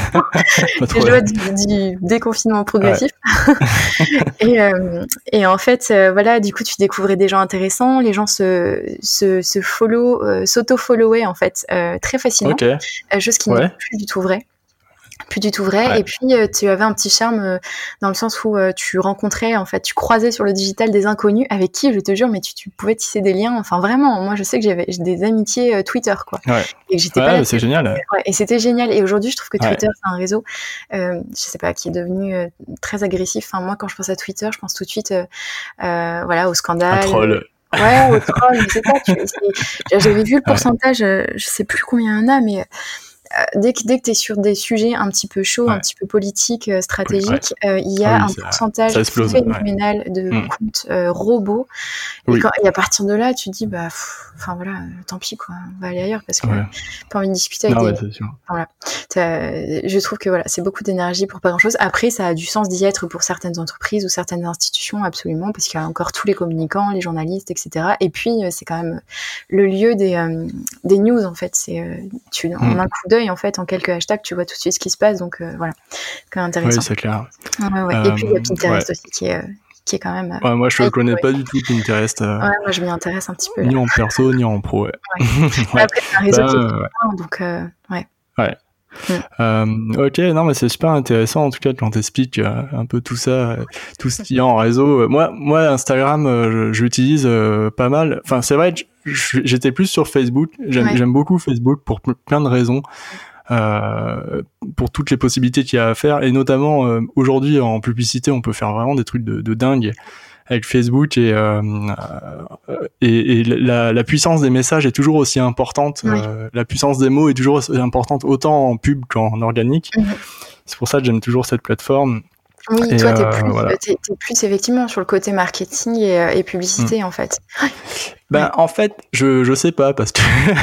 Je vois du, du déconfinement progressif. Ouais. et, euh, et en fait, euh, voilà, du coup, tu découvrais des gens intéressants. Les gens se, se, se follow, euh, s'auto-followaient en fait euh, très facilement. Okay. Euh, chose qui ouais. n'est plus du tout vrai. Plus du tout vrai. Ouais. Et puis, euh, tu avais un petit charme euh, dans le sens où euh, tu rencontrais, en fait, tu croisais sur le digital des inconnus avec qui, je te jure, mais tu, tu pouvais tisser des liens. Enfin, vraiment, moi, je sais que j'avais j'ai des amitiés euh, Twitter, quoi. Ouais. Et que j'étais ouais, pas là. C'est génial. Ouais, et c'était génial. Et aujourd'hui, je trouve que Twitter, ouais. c'est un réseau, euh, je sais pas, qui est devenu euh, très agressif. Enfin, moi, quand je pense à Twitter, je pense tout de suite, euh, euh, voilà, au scandale. Un troll. Ouais, au troll, je sais pas. Tu, c'est... J'avais vu le pourcentage, ouais. je sais plus combien il y en a, mais dès que dès que tu es sur des sujets un petit peu chauds, Ouais. un petit peu politiques, heu, stratégiques, Ouais. heu, il y a Ah oui, un ça pourcentage ça explose, phénoménal ouais. de Mmh. comptes, heu, robots et Oui. quand et à partir de là, tu te dis: «Bah, enfin voilà, heu, tant pis quoi, on va aller ailleurs» parce que Ouais. pas envie de discuter avec Non, des ouais, c'est sûr. voilà. Tu as je trouve que voilà, c'est beaucoup d'énergie pour pas grand-chose. Après, ça a du sens d'y être pour certaines entreprises ou certaines institutions, absolument, parce qu'il y a encore tous les communicants, les journalistes, et cetera. Et puis, heu, c'est quand même le lieu des, hem, des news, en fait. C'est, heu, tu en Mmh. un coup d'œil, en fait, en quelques hashtags, tu vois tout de suite ce qui se passe, donc heu, voilà, quand même Oui, intéressant. c'est clair. Ouais, ouais, ouais. Et puis il y a Hem, ouais. Pinterest aussi qui est, heu, qui est quand même, heu, Ouais, moi, je à le connais explorer. pas du tout Pinterest, heu, Ouais, moi je m'y intéresse un petit peu là. ni en perso, ni en pro, ouais. Ouais. Bah, Ouais. après, c'est un réseau Bah, qui est heu, ouais. très grand, donc heu, ouais. Ouais. Mmh. Hem, OK, non, mais c'est super intéressant, en tout cas, quand tu expliques, heu, un peu tout ça, heu, tout ce qu'il y a en réseau. Moi moi, Instagram, heu, je j'utilise, heu, pas mal. Enfin, c'est vrai que j j'étais plus sur Facebook. J'aime Ouais. j'aime beaucoup Facebook pour ple plein de raisons, Mmh. heu, pour toutes les possibilités qu'il y a à faire et notamment, heu, aujourd'hui, en publicité, on peut faire vraiment des trucs de de dingue avec Facebook et hem, heu, et et la la puissance des messages est toujours aussi importante, Ouais. heu, la puissance des mots est toujours aussi importante, autant en pub qu'en organique. Mmh mh. C'est pour ça que j'aime toujours cette plateforme Oui, et toi, tu es heu, plus, voilà. heu, tu es tu es plus effectivement sur le côté marketing et heu, et Mmh. publicité, en fait. Ouais. Ben, Ouais. en fait, je je sais pas parce que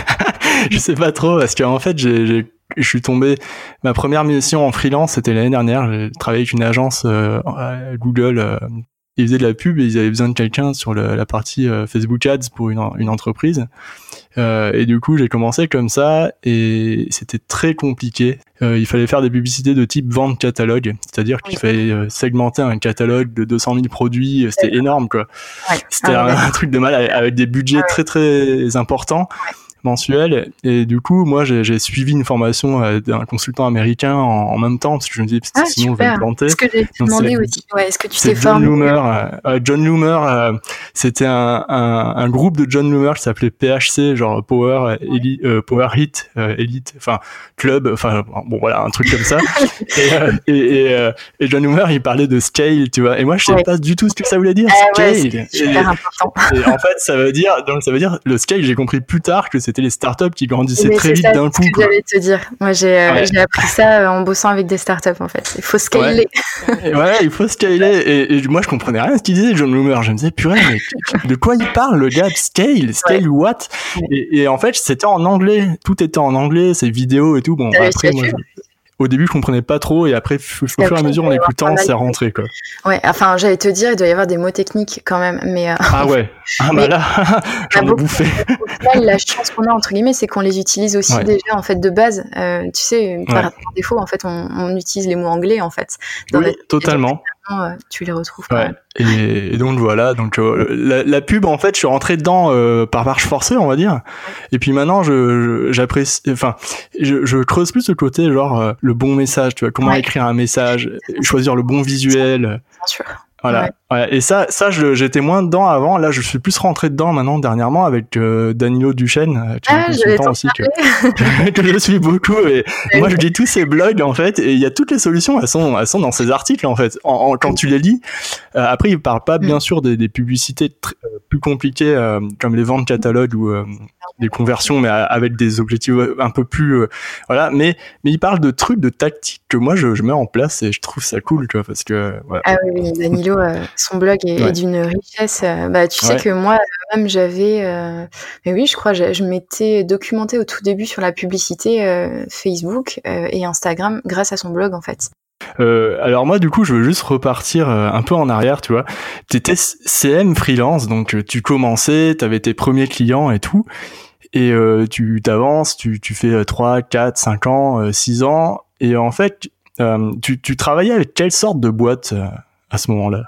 je Mmh. sais pas trop parce qu'en fait, j'ai j'ai je suis tombé ma première mission en freelance, c'était l'année dernière. J'ai travaillé avec une agence, heu, à Google, heu, ils faisaient de la pub et ils avaient besoin de quelqu'un sur le la partie, heu, Facebook Ads pour une en une entreprise. Heu, et du coup, j'ai commencé comme ça et c'était très compliqué. Heu, il fallait faire des publicités de type vente catalogue, c'est-à-dire qu'il Oui. fallait, heu, segmenter un catalogue de deux cent mille produits, c'était D'accord. énorme, quoi. Ouais. C'était Ah ouais, un d'accord. un truc de malade avec des Ah budgets ouais. très, très importants, Ouais. mensuels et du coup, moi, j'ai j'ai suivi une formation, heu, d'un consultant américain en en même temps parce que je me dis: Ah «Sinon, je vais me super! C'est planter». ce que j'allais te Donc c'est demander aussi. Ouais, est-ce que tu t'es c'est John formé, heu? Loomer, heu, ouais, John Loomer, heu, c'était un un un groupe de John Loomer qui s'appelait P H C, genre Power Ouais. Eli heu, Power Hit, heu, Elite, enfin Club, enfin bon voilà, un truc comme ça et heu, et et heu, et John Loomer, il parlait de scale, tu vois? Et moi, je savais Ouais. pas du tout ce que OK. ça voulait dire, Ah ouais, c'est scale super et important. et en fait, ça veut dire donc ça veut dire le scale, j'ai compris plus tard que c'était les startups qui grandissaient Mais très c'est vite ça, d'un c'est ce coup, que quoi. j'allais te dire. Moi, j'ai, heu, Ouais. j'ai appris ça, heu, en bossant avec des startups, en fait. Il faut Ouais. scaler. Et ouais, il faut scaler Ouais. et et moi, je comprenais rien à ce qu'il disait, John Loomer. Je me disais: «Purée, mais de quoi il parle, le gars? Scale? Ouais. Scale what?» Ouais. et et en fait, c'était en anglais. Tout était en anglais, ses vidéos et tout. Bon, Tu as réussi après, à moi, je suivre? au début, je comprenais pas trop et après, f au Et fur et à après, il mesure, doit en y avoir pas écoutant, mal c'est de rentré, quoi. ouais, enfin, j'allais te dire, il doit y avoir des mots techniques quand même, mais heu, Ah ouais. Ah mais bah là, on a j'en ai beaucoup bouffé. mais au final, la chance qu'on a, entre guillemets, c'est qu'on les utilise aussi Ouais. déjà, en fait, de base. Heu, tu sais, par Ouais. par défaut, en fait, on on utilise les mots anglais, en fait, dans Oui, notre métier, donc totalement. finalement, heu, tu les retrouves quand Ouais même. et et donc voilà, donc heu, la la pub, en fait, je suis rentré dedans, heu, par marche forcée, on va dire Ouais. et puis maintenant, je je j'apprécie enfin, je je creuse plus le côté genre, heu, le bon message, tu vois? Comment Ouais. écrire un message, Ça, c'est choisir le bon visuel, bien sûr. Ouais. voilà. Ouais et ça ça, je j'étais moins dedans avant. Là, je suis plus rentré dedans maintenant dernièrement avec, heu, Danilo Duchesne, heu, qui est un Ah, j'allais consultant t'en aussi que parler. que que je suis beaucoup et Bah moi, oui. je lis tous ses blogs, en fait et il y a toutes les solutions, elles sont elles sont dans ses articles, en fait. En en quand tu les lis, heu, après, il parle pas, Mmh. bien sûr, des des publicités tr heu, plus compliquées, hem, comme les ventes catalogues ou hem, des conversions, mais a avec des objectifs, heu, un peu plus, heu, voilà, mais mais il parle de trucs, de tactiques que moi, je je mets en place et je trouve ça cool, tu vois? Parce que voilà. Ah oui, oui, Danilo, heu, son blog est est Ouais. d'une richesse, heu, bah, tu sais Ouais. que moi, heu, même j'avais, heu mais oui, je crois, je je m'étais documentée au tout début sur la publicité, heu, Facebook, heu, et Instagram grâce à son blog, en fait. Heu, alors moi, du coup, je veux juste repartir, heu, un peu en arrière, tu vois? Tu étais C CM freelance, donc heu, tu commençais, tu avais tes premiers clients et tout et heu, tu tu avances, tu tu fais, heu, trois quatre cinq ans, heu, six ans et en fait, hem, tu tu travaillais avec quelle sorte de boîte, heu, à ce moment-là?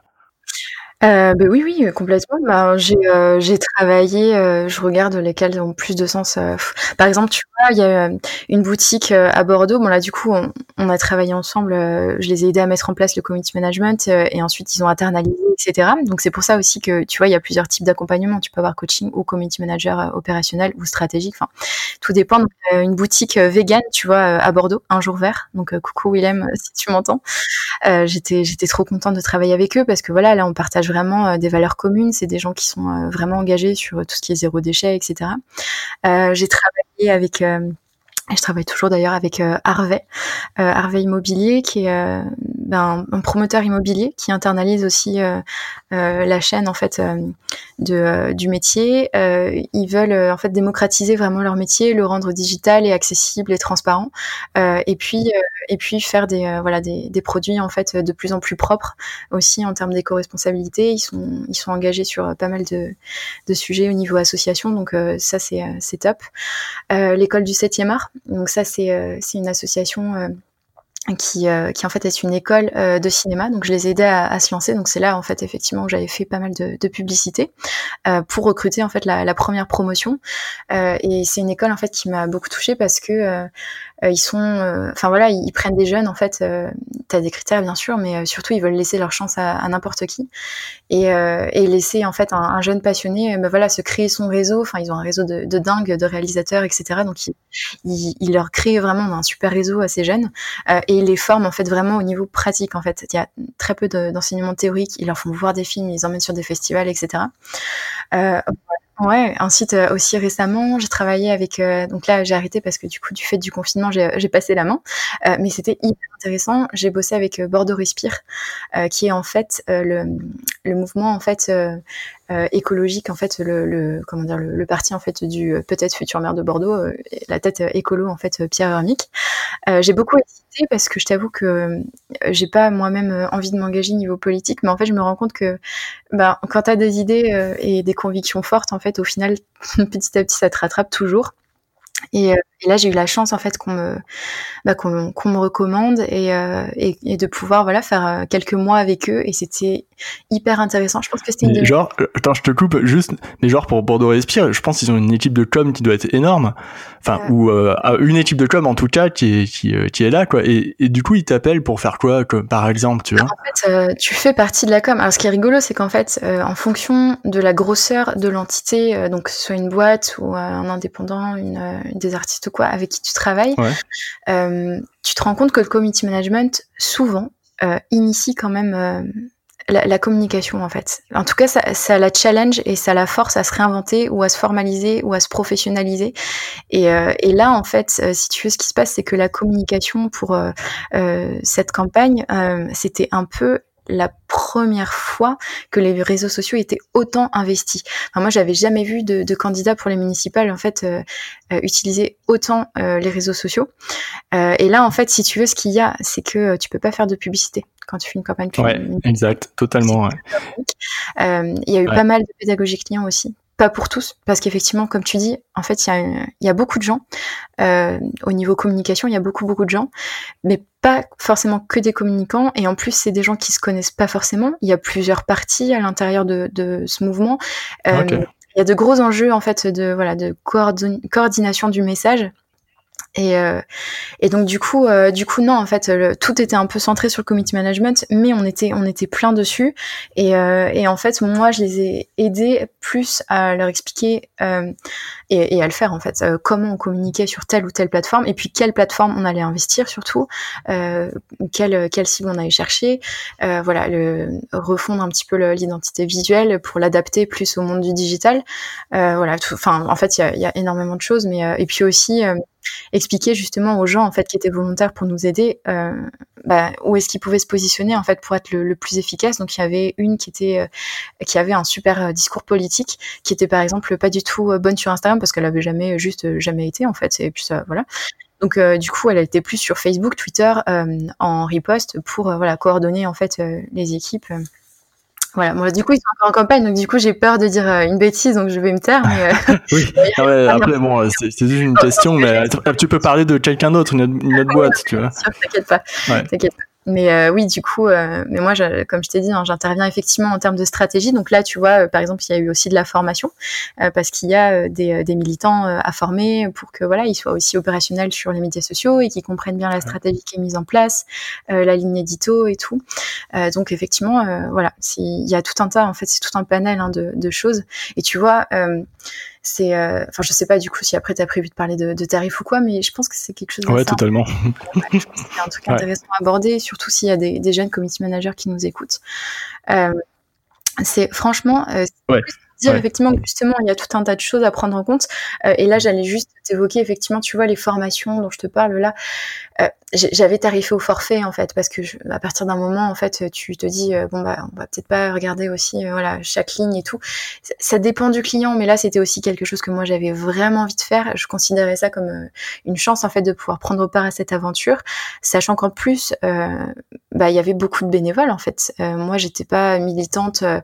Heu, beh, oui, oui, heu, complètement. Ben, j'ai, heu, j'ai travaillé, heu, je regarde lesquelles ont plus de sens, heu, par exemple, tu vois, il y a, hem, une boutique, heu, à Bordeaux. Bon là, du coup, on on a travaillé ensemble, heu, je les ai aidés à mettre en place le community management, heu, et ensuite ils ont internalisé et cetera. Donc c'est pour ça aussi que, tu vois, il y a plusieurs types d'accompagnement. Tu peux avoir coaching ou community manager, heu, opérationnel ou stratégique, enfin, tout dépend. Donc heu, une boutique, heu, végane, tu vois, heu, à Bordeaux, Un Jour Vert. Donc heu, coucou Willem, heu, si tu m'entends. Heu, j'étais j'étais trop contente de travailler avec eux parce que voilà, là, on partage vraiment, heu, des valeurs communes. C'est des gens qui sont, heu, vraiment engagés sur, heu, tout ce qui est zéro déchet et cetera. Heu, j'ai travaillé avec, hem, Et je travaille toujours d'ailleurs avec euh, Harvey, euh, Harvey Immobilier, qui est euh, ben, un promoteur immobilier qui internalise aussi euh, euh, la chaîne en fait euh, de, euh, du métier. Euh, ils veulent euh, en fait démocratiser vraiment leur métier, le rendre digital et accessible et transparent, euh, et puis euh, et puis faire des euh, voilà des, des produits en fait de plus en plus propres aussi en termes d'éco-responsabilité. Ils sont ils sont engagés sur pas mal de, de sujets au niveau association, donc euh, ça c'est c'est top. Euh, l'école du septième art. Donc ça, c'est euh, c'est une association euh, qui, euh, qui en fait est une école euh, de cinéma. Donc je les ai aidés à, à se lancer. Donc c'est là en fait effectivement où j'avais fait pas mal de, de publicité euh, pour recruter en fait la, la première promotion. Euh, et c'est une école en fait qui m'a beaucoup touchée parce que euh, euh, ils sont, enfin euh, voilà, ils, ils prennent des jeunes en fait. Euh, T'as des critères bien sûr, mais euh, surtout ils veulent laisser leur chance à, à n'importe qui. Et, euh, et laisser en fait un, un jeune passionné, ben voilà, se créer son réseau. Enfin, ils ont un réseau de, de dingue de réalisateurs, et cetera. Donc, ils, ils, ils leur créent vraiment un super réseau à ces jeunes euh, et ils les forment en fait vraiment au niveau pratique. En fait, il y a très peu de, d'enseignement théorique. Ils leur font voir des films, ils les emmènent sur des festivals, et cetera. Euh, Ouais, ensuite euh, aussi récemment, j'ai travaillé avec euh, donc là j'ai arrêté parce que du coup du fait du confinement, j'ai j'ai passé la main, euh, mais c'était hyper intéressant. J'ai bossé avec euh, Bordeaux Respire, euh, qui est en fait euh, le le mouvement en fait euh, euh, écologique en fait le, le comment dire le, le parti en fait du euh, peut-être futur maire de Bordeaux, euh, la tête euh, écolo en fait euh, Pierre Hermic. Euh, j'ai beaucoup hésité parce que je t'avoue que euh, j'ai pas moi-même euh, envie de m'engager niveau politique, mais en fait je me rends compte que bah, quand tu as des idées euh, et des convictions fortes, en fait, au final, petit à petit, ça te rattrape toujours. Et, euh, et là, j'ai eu la chance, en fait, qu'on me, bah, qu'on, qu'on me recommande et, euh, et, et de pouvoir voilà, faire euh, quelques mois avec eux. Et c'était hyper intéressant. Je pense que c'était une Mais de genre, euh, attends, je te coupe juste, mais genre pour Bordeaux Respire, je pense qu'ils ont une équipe de com qui doit être énorme. Enfin, Euh, ou euh, une équipe de com en tout cas qui est, qui, euh, qui est là, quoi. Et, et du coup, ils t'appellent pour faire quoi, comme, par exemple, tu vois? En fait, euh, tu fais partie de la com. Alors, ce qui est rigolo, c'est qu'en fait, euh, en fonction de la grosseur de l'entité, euh, donc que ce soit une boîte ou euh, un indépendant, une, euh, des artistes ou quoi, avec qui tu travailles, Ouais. euh, tu te rends compte que le community management, souvent, euh, initie quand même euh, la, la communication, en fait. En tout cas, ça, ça la challenge et ça la force à se réinventer ou à se formaliser ou à se professionnaliser. Et, euh, et là, en fait, euh, si tu veux, ce qui se passe, c'est que la communication pour euh, euh, cette campagne, euh, c'était un peu la première fois que les réseaux sociaux étaient autant investis. Enfin, moi, j'avais jamais vu de, de candidats pour les municipales en fait euh, euh, utiliser autant euh, les réseaux sociaux. Euh, et là, en fait, si tu veux, ce qu'il y a, c'est que tu peux pas faire de publicité quand tu fais une campagne. Ouais, exact, totalement. Ouais. Euh, il y a eu Ouais. pas mal de pédagogie client aussi. Pas pour tous, parce qu'effectivement, comme tu dis, en fait, il y a, une, il y a beaucoup de gens. Euh, au niveau communication, il y a beaucoup, beaucoup de gens, mais pas forcément que des communicants. Et en plus, c'est des gens qui se connaissent pas forcément. Il y a plusieurs parties à l'intérieur de, de ce mouvement. Euh, Okay. Il y a de gros enjeux, en fait, de, voilà, de coordon- coordination du message. Et, euh, et donc du coup, euh, du coup non, en fait, le, tout était un peu centré sur le community management, mais on était, on était plein dessus. Et, euh, et en fait, moi, je les ai aidés plus à leur expliquer euh, et, et à le faire en fait, euh, comment on communiquait sur telle ou telle plateforme, et puis quelle plateforme on allait investir surtout, euh, quelle, quelle cible on allait chercher, euh, voilà, le, refondre un petit peu le, l'identité visuelle pour l'adapter plus au monde du digital. Euh, voilà, enfin, en fait, il y a, y a énormément de choses, mais euh, et puis aussi. Euh, expliquer justement aux gens en fait qui étaient volontaires pour nous aider euh, bah, où est-ce qu'ils pouvaient se positionner en fait pour être le, le plus efficace. Donc il y avait une qui était euh, qui avait un super euh, discours politique, qui était par exemple pas du tout euh, bonne sur Instagram parce qu'elle avait jamais juste euh, jamais été en fait, et puis ça voilà. Donc euh, du coup elle était plus sur Facebook, Twitter euh, en riposte pour euh, voilà coordonner en fait euh, les équipes. Euh. Voilà, moi du coup ils sont encore en campagne, donc du coup j'ai peur de dire euh, une bêtise, donc je vais me taire. Mais euh... oui, ah ouais, après bon, c'est, c'est juste une question, mais tu peux parler de quelqu'un d'autre, une autre, une autre boîte, tu vois. Sûr, t'inquiète pas, ouais. t'inquiète pas. Mais euh, oui, du coup, euh, mais moi, je, comme je t'ai dit, hein, j'interviens effectivement en termes de stratégie. Donc là, tu vois, euh, par exemple, il y a eu aussi de la formation euh, parce qu'il y a euh, des, des militants euh, à former pour que voilà, ils soient aussi opérationnels sur les médias sociaux et qu'ils comprennent bien la stratégie qui est mise en place, euh, la ligne édito et tout. Euh, donc effectivement, euh, voilà, il y a tout un tas, en fait, c'est tout un panel hein, de, de choses. Et tu vois. Euh, c'est euh... enfin je sais pas du coup si après t'as prévu de parler de, de tarifs ou quoi, mais je pense que c'est quelque chose ouais assez totalement ouais, je pense que c'est un truc intéressant ouais. à aborder, surtout s'il y a des, des jeunes community managers qui nous écoutent. Euh, c'est franchement euh, c'est ouais. plus dire Ouais. effectivement que justement il y a tout un tas de choses à prendre en compte. Euh, et là, j'allais juste t'évoquer effectivement, tu vois, les formations dont je te parle là. Euh, j'avais tarifé au forfait en fait, parce que je, à partir d'un moment en fait, tu te dis euh, bon bah on va peut-être pas regarder aussi euh, voilà chaque ligne et tout. Ça, ça dépend du client, mais là c'était aussi quelque chose que moi j'avais vraiment envie de faire. Je considérais ça comme euh, une chance en fait de pouvoir prendre part à cette aventure, sachant qu'en plus euh, bah il y avait beaucoup de bénévoles en fait. Euh, moi j'étais pas militante euh,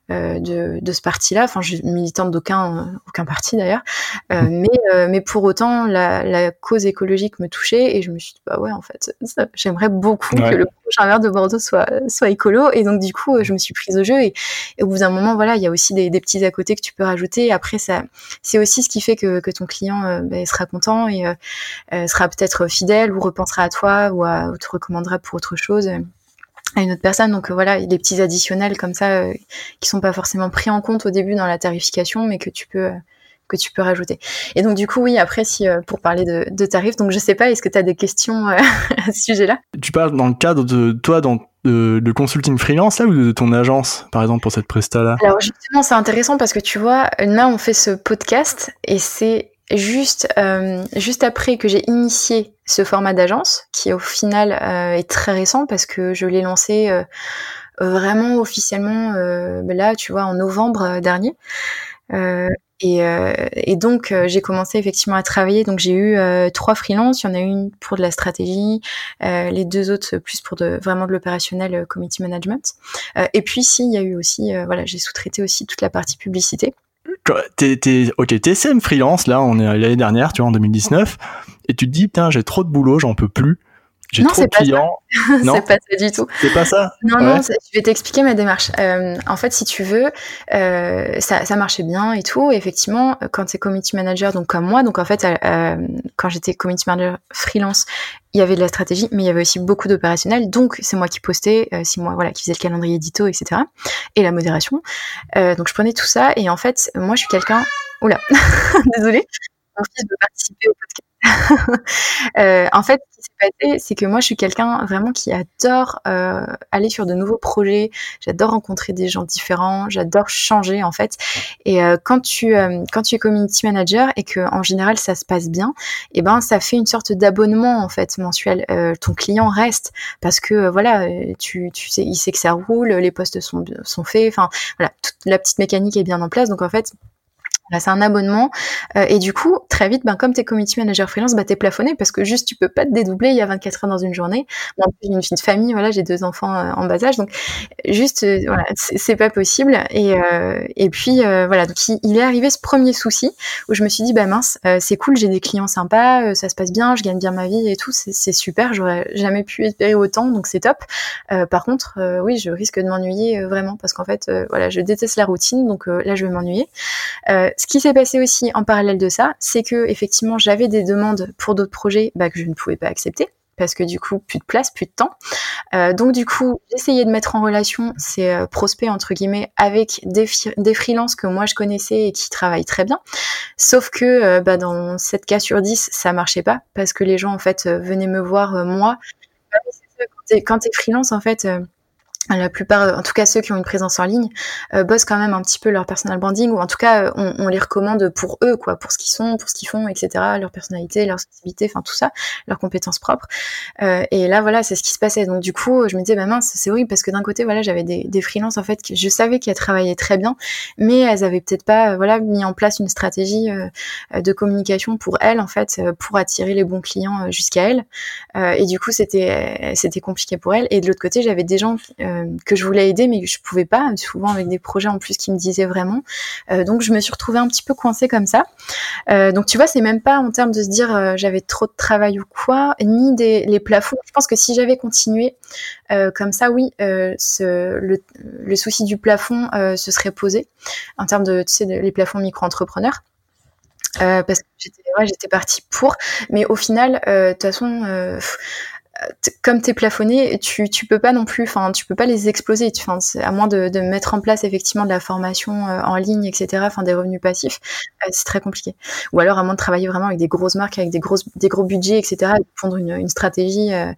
de, de ce parti-là, enfin je suis militante d'aucun euh, aucun parti d'ailleurs, euh, mais euh, mais pour autant la, la cause écologique me touchait et je me suis dit bah ouais en fait ça, j'aimerais beaucoup Ouais. que le prochain maire de Bordeaux soit soit écolo, et donc du coup je me suis prise au jeu, et, et au bout d'un moment voilà il y a aussi des, des petits à côté que tu peux rajouter. Après ça c'est aussi ce qui fait que, que ton client euh, bah, sera content et euh, euh, sera peut-être fidèle ou repensera à toi ou, à, ou te recommandera pour autre chose euh, à une autre personne. Donc euh, voilà, il y a des petits additionnels comme ça euh, qui sont pas forcément pris en compte au début dans la tarification, mais que tu peux euh, que tu peux rajouter. Et donc du coup oui, après si euh, pour parler de, de tarifs, donc je sais pas, est-ce que tu as des questions euh, à ce sujet-là? Tu parles dans le cadre de toi, dans, de, de consulting freelance là, ou de ton agence, par exemple, pour cette presta-là? Alors justement, c'est intéressant parce que tu vois, là on fait ce podcast et c'est juste euh, juste après que j'ai initié ce format d'agence, qui au final euh, est très récent parce que je l'ai lancé euh, vraiment officiellement euh, là, tu vois, en novembre dernier. Euh, et, euh, et donc euh, j'ai commencé effectivement à travailler. Donc j'ai eu euh, trois freelances. Il y en a une pour de la stratégie, euh, les deux autres plus pour de vraiment de l'opérationnel, euh, community management. Euh, et puis si, il y a eu aussi, euh, voilà, j'ai sous-traité aussi toute la partie publicité. T'es, t'es, ok, t'es S M freelance, là, on est l'année dernière, tu vois, en deux mille dix-neuf, et tu te dis, putain, j'ai trop de boulot, j'en peux plus, j'ai Non, trop c'est de pas ça. clients. Non, C'est pas ça du tout. c'est pas ça. Non, Ouais. non, je vais t'expliquer ma démarche. Euh, en fait, si tu veux, euh, ça, ça marchait bien et tout. Et effectivement, quand tu es community manager, donc comme moi, donc en fait, euh, quand j'étais community manager freelance, il y avait de la stratégie, mais il y avait aussi beaucoup d'opérationnel. Donc, c'est moi qui postais, euh, c'est moi voilà, qui faisais le calendrier édito, et cetera. Et la modération. Euh, donc, je prenais tout ça. Et en fait, moi, je suis quelqu'un... Oula, désolée. Mon fils veut participer au podcast. Euh, en fait, ce qui s'est passé, c'est que moi, je suis quelqu'un vraiment qui adore euh, aller sur de nouveaux projets. J'adore rencontrer des gens différents. J'adore changer, en fait. Et euh, quand tu euh, quand tu es community manager et que en général ça se passe bien, et ben ça fait une sorte d'abonnement en fait mensuel. Euh, ton client reste parce que euh, voilà, tu tu sais, il sait que ça roule, les postes sont sont faits. Enfin voilà, toute la petite mécanique est bien en place. Donc en fait. Là, c'est un abonnement euh, et du coup très vite ben comme t'es community manager freelance, bah t'es plafonné parce que juste tu peux pas te dédoubler, il y a vingt-quatre heures dans une journée. Moi, en plus, j'ai une fille de famille, voilà, j'ai deux enfants euh, en bas âge, donc juste euh, voilà, c'est, c'est pas possible. Et euh, et puis euh, voilà, donc il, il est arrivé ce premier souci où je me suis dit bah mince, euh, c'est cool, j'ai des clients sympas, euh, ça se passe bien, je gagne bien ma vie et tout, c'est, c'est super, j'aurais jamais pu espérer autant, donc c'est top. Euh, par contre, euh, oui, je risque de m'ennuyer euh, vraiment parce qu'en fait, euh, voilà, je déteste la routine, donc euh, là je vais m'ennuyer. Euh, ce qui s'est passé aussi en parallèle de ça, c'est que effectivement j'avais des demandes pour d'autres projets bah, que je ne pouvais pas accepter parce que du coup plus de place, plus de temps. Euh, donc du coup j'essayais de mettre en relation ces euh, prospects entre guillemets avec des, fi- des freelances que moi je connaissais et qui travaillent très bien. Sauf que euh, bah, dans sept cas sur dix ça marchait pas parce que les gens en fait euh, venaient me voir euh, moi. Ah oui, c'est ça, quand t'es, quand t'es freelance en fait. Euh, la plupart, en tout cas ceux qui ont une présence en ligne, euh, bossent quand même un petit peu leur personal branding, ou en tout cas euh, on, on les recommande pour eux, quoi, pour ce qu'ils sont, pour ce qu'ils font, et cetera, leur personnalité, leur sensibilité, enfin tout ça, leurs compétences propres. Euh, et là voilà, c'est ce qui se passait. Donc du coup, je me disais bah mince, c'est horrible parce que d'un côté voilà, j'avais des, des freelances en fait, que je savais qu'elles travaillaient très bien, mais elles avaient peut-être pas euh, voilà mis en place une stratégie euh, de communication pour elles en fait, euh, pour attirer les bons clients euh, jusqu'à elles. Euh, et du coup c'était c'était compliqué pour elles. Et de l'autre côté, j'avais des gens euh, que je voulais aider mais que je pouvais pas, souvent avec des projets en plus qui me disaient vraiment. Euh, donc je me suis retrouvée un petit peu coincée comme ça. Euh, donc tu vois, c'est même pas en termes de se dire euh, j'avais trop de travail ou quoi, ni des les plafonds. Je pense que si j'avais continué euh, comme ça, oui, euh, ce, le, le souci du plafond euh, se serait posé en termes de, tu sais, de, les plafonds micro-entrepreneurs. Euh, parce que j'étais, ouais, j'étais partie pour, mais au final, de euh, toute façon, euh, t- comme t'es plafonné, tu tu peux pas non plus, enfin tu peux pas les exploser. Tu, enfin, à moins de, de mettre en place effectivement de la formation euh, en ligne, et cetera. Enfin des revenus passifs, euh, c'est très compliqué. Ou alors à moins de travailler vraiment avec des grosses marques, avec des grosses des gros budgets, et cetera. Et de prendre une, une stratégie euh, euh,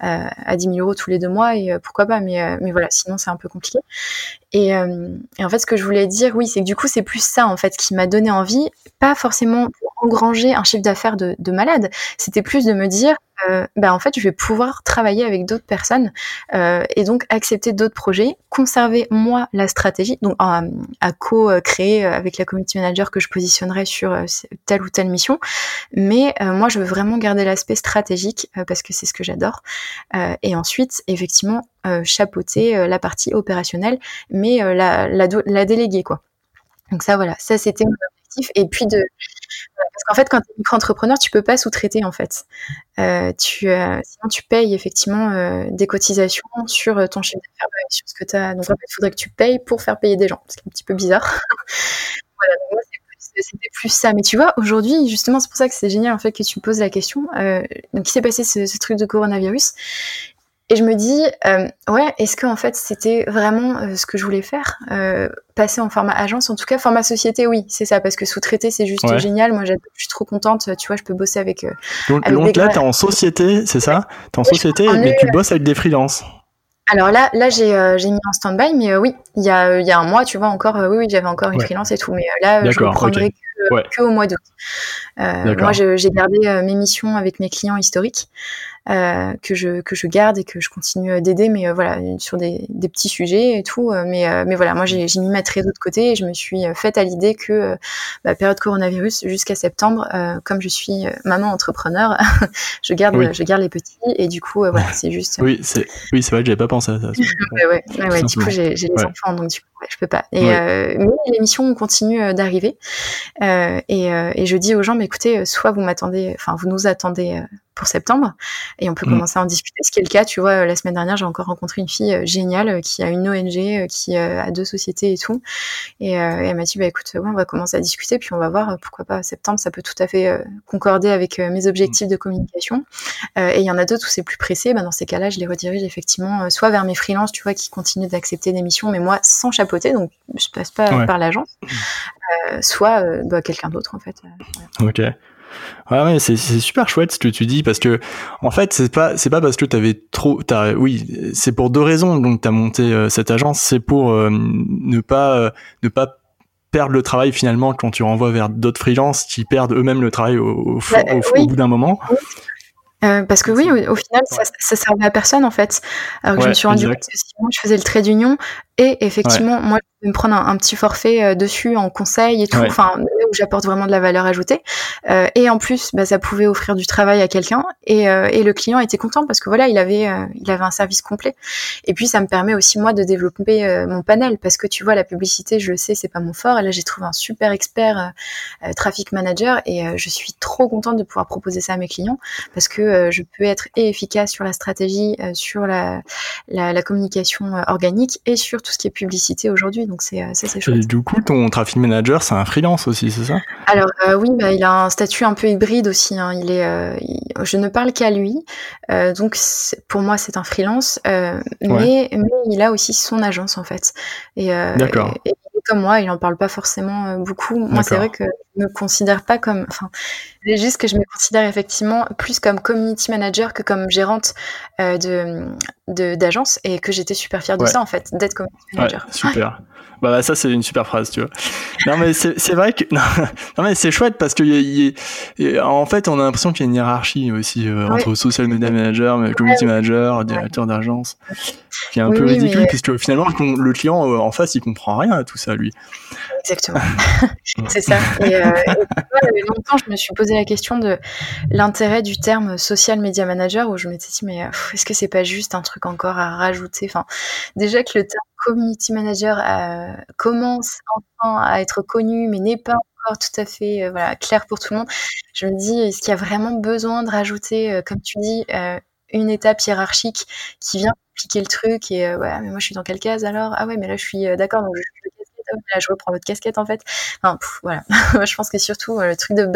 à dix mille euros tous les deux mois et euh, pourquoi pas. Mais euh, mais voilà, sinon c'est un peu compliqué. Et, euh, et en fait, ce que je voulais dire, oui, c'est que du coup, c'est plus ça en fait qui m'a donné envie, pas forcément pour engranger un chiffre d'affaires de, de malade. C'était plus de me dire, euh, bah en fait, je vais pouvoir travailler avec d'autres personnes euh, et donc accepter d'autres projets, conserver moi la stratégie, donc à, à co-créer avec la community manager que je positionnerai sur euh, telle ou telle mission. Mais euh, moi, je veux vraiment garder l'aspect stratégique euh, parce que c'est ce que j'adore. Euh, et ensuite, effectivement, euh, chapeauter euh, la partie opérationnelle, mais euh, la, la, do- la déléguer, quoi. Donc ça, voilà, ça c'était mon objectif. Et puis de, parce qu'en fait, quand tu es micro-entrepreneur, tu peux pas sous-traiter en fait. Euh, tu, euh, sinon, tu payes effectivement euh, des cotisations sur euh, ton chiffre d'affaires, euh, sur ce que tu as. Donc en fait, il faudrait que tu payes pour faire payer des gens, ce qui est un petit peu bizarre. Voilà, donc moi, c'est plus- c'était plus ça. Mais tu vois, aujourd'hui, justement, c'est pour ça que c'est génial en fait que tu me poses la question. Euh, donc, il s'est passé ce, ce truc de coronavirus. Et je me dis, euh, ouais, est-ce que en fait c'était vraiment euh, ce que je voulais faire, euh, passer en format agence, en tout cas format société, oui, c'est ça, parce que sous-traiter c'est juste Ouais. génial. Moi, j'adore, je suis trop contente. Tu vois, je peux bosser avec euh, Donc, avec des donc là, gra- t'es en société, c'est ça? T'es en Ouais, je suis société, en mais E. tu bosses avec des freelances. Alors là, là j'ai euh, j'ai mis en stand-by, mais euh, oui, il y a euh, il y a un mois, tu vois encore, euh, oui, oui, j'avais encore une Ouais. freelance et tout, mais euh, là, euh, je D'accord, ok. reprendrai que, Ouais, que au mois d'août. Euh, moi, d'accord. je- j'ai gardé euh, mes missions avec mes clients historiques. Euh, que je que je garde et que je continue d'aider, mais euh, voilà, sur des, des petits sujets et tout. Euh, mais euh, mais voilà, moi j'ai j'ai mis ma trésor de côté et je me suis euh, faite à l'idée que euh, bah, période coronavirus jusqu'à septembre, euh, comme je suis euh, maman entrepreneur, je garde Oui. je garde les petits et du coup euh, voilà, c'est juste. Oui, c'est oui, c'est vrai que j'avais pas pensé à ça. Ouais, Ouais, ouais, ouais, tout ouais, du coup simplement. j'ai j'ai les Ouais. enfants donc du coup ouais, je peux pas. Et Oui. euh, mais les missions continuent euh, d'arriver. Euh, et, euh, et je dis aux gens, mais écoutez, euh, soit vous m'attendez, enfin vous nous attendez euh, pour septembre, et on peut Mm. commencer à en discuter. Ce qui est le cas, tu vois, euh, la semaine dernière, j'ai encore rencontré une fille euh, géniale euh, qui a une O N G, euh, qui euh, a deux sociétés et tout. Et, euh, et elle m'a dit, bah écoute, ouais, on va commencer à discuter, puis on va voir, euh, pourquoi pas septembre, ça peut tout à fait euh, concorder avec euh, mes objectifs de communication. Euh, et il y en a d'autres où c'est plus pressé, bah dans ces cas-là, je les redirige effectivement euh, soit vers mes freelances, tu vois, qui continuent d'accepter des missions, mais moi sans chapeauter, donc je passe pas Ouais. par l'agence, euh, soit euh, bah, quelqu'un d'autre en fait. Euh, voilà. Ok. Ouais, ouais, c'est, c'est super chouette ce que tu dis parce que en fait c'est pas c'est pas parce que t'avais trop t'as oui c'est pour deux raisons donc t'as monté euh, cette agence, c'est pour euh, ne pas euh, ne pas perdre le travail finalement quand tu renvoies vers d'autres freelances qui perdent eux-mêmes le travail au, au, Bah, au, oui. au bout d'un moment. Oui. Euh, parce que oui, au, au final, ça, Ouais. ça servait à personne en fait. Alors que je me Ouais, suis rendu exact. compte que si moi je faisais le trait d'union et effectivement, Ouais. moi je pouvais me prendre un, un petit forfait euh, dessus en conseil et tout, Ouais. enfin là où j'apporte vraiment de la valeur ajoutée. Euh, et en plus, bah, ça pouvait offrir du travail à quelqu'un et, euh, et le client était content parce que voilà, il avait, euh, il avait un service complet. Et puis ça me permet aussi moi de développer euh, mon panel parce que tu vois, la publicité, je le sais, c'est pas mon fort. Et là, j'ai trouvé un super expert euh, traffic manager et euh, je suis trop contente de pouvoir proposer ça à mes clients parce que euh, je peux être et efficace sur la stratégie, euh, sur la, la, la communication euh, organique et sur tout ce qui est publicité aujourd'hui. Donc c'est, euh, ça, c'est chouette. Et du coup, ton traffic manager, c'est un freelance aussi, c'est ça? Alors euh, oui, bah, il a un statut un peu hybride aussi. Hein. Il est, euh, il, je ne parle qu'à lui, euh, donc pour moi c'est un freelance, euh, Ouais. mais, mais il a aussi son agence en fait. Et, euh, D'accord. et, et comme moi, il en parle pas forcément euh, beaucoup. Moi, c'est vrai D'accord. que je me considère pas comme, enfin, c'est juste que je me considère effectivement plus comme community manager que comme gérante euh, de, de d'agence et que j'étais super fière de Ouais. ça en fait, d'être community Ouais, manager. super. Bah, bah ça c'est une super phrase, tu vois. Non mais c'est c'est vrai que non, non, mais c'est chouette parce que y a, y a, en fait on a l'impression qu'il y a une hiérarchie aussi euh, Ouais. entre social media manager, community manager, directeur d'agence, qui est un Oui, peu oui, ridicule mais puisque finalement le client euh, en face il comprend rien à tout ça lui. exactement. C'est ça. Et, euh, et tu vois, il y a longtemps, je me suis posé la question de l'intérêt du terme social media manager où je m'étais dit, mais pff, est-ce que c'est pas juste un truc encore à rajouter? Enfin, déjà que le terme community manager euh, commence enfin à être connu, mais n'est pas encore tout à fait euh, voilà, clair pour tout le monde. Je me dis, est-ce qu'il y a vraiment besoin de rajouter, euh, comme tu dis, euh, une étape hiérarchique qui vient compliquer le truc et euh, ouais, mais moi je suis dans quelle case alors? Ah ouais, mais là je suis euh, d'accord, donc je suis de casquette, ah ouais, mais là je reprends l'autre casquette en fait. Enfin, pff, voilà. Je pense que surtout euh, le truc de base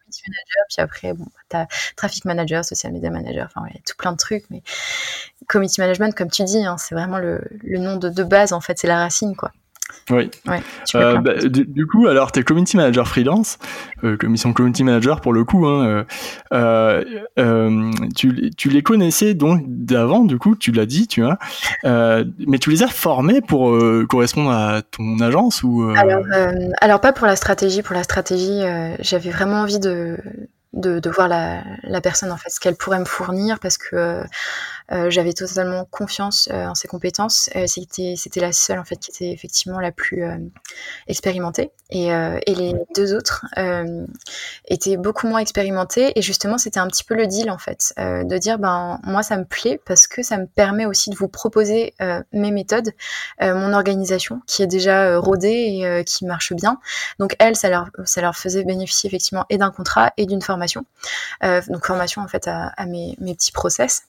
community manager, puis après, bon, t'as traffic manager, social media manager, enfin, ouais, tout plein de trucs, mais community management, comme tu dis, hein, c'est vraiment le, le nom de, de base, en fait, c'est la racine, quoi. Oui. Ouais, euh, bah, du, du coup, alors t'es community manager freelance, euh, commission community manager pour le coup. Hein, euh, euh, tu, tu les connaissais donc d'avant, du coup, tu l'as dit, tu vois. Euh, mais tu les as formés pour euh, correspondre à ton agence ou euh... alors, euh, alors pas pour la stratégie. Pour la stratégie, euh, j'avais vraiment envie de de, de voir la, la personne en fait, ce qu'elle pourrait me fournir, parce que euh, Euh, j'avais totalement confiance euh, en ses compétences. Euh, c'était, c'était la seule en fait qui était effectivement la plus euh, expérimentée, et, euh, et les deux autres euh, étaient beaucoup moins expérimentées. Et justement, c'était un petit peu le deal en fait, euh, de dire ben moi ça me plaît parce que ça me permet aussi de vous proposer euh, mes méthodes, euh, mon organisation qui est déjà euh, rodée et euh, qui marche bien. Donc elles, ça leur ça leur faisait bénéficier effectivement et d'un contrat et d'une formation. Euh, donc formation en fait à, à mes mes petits process.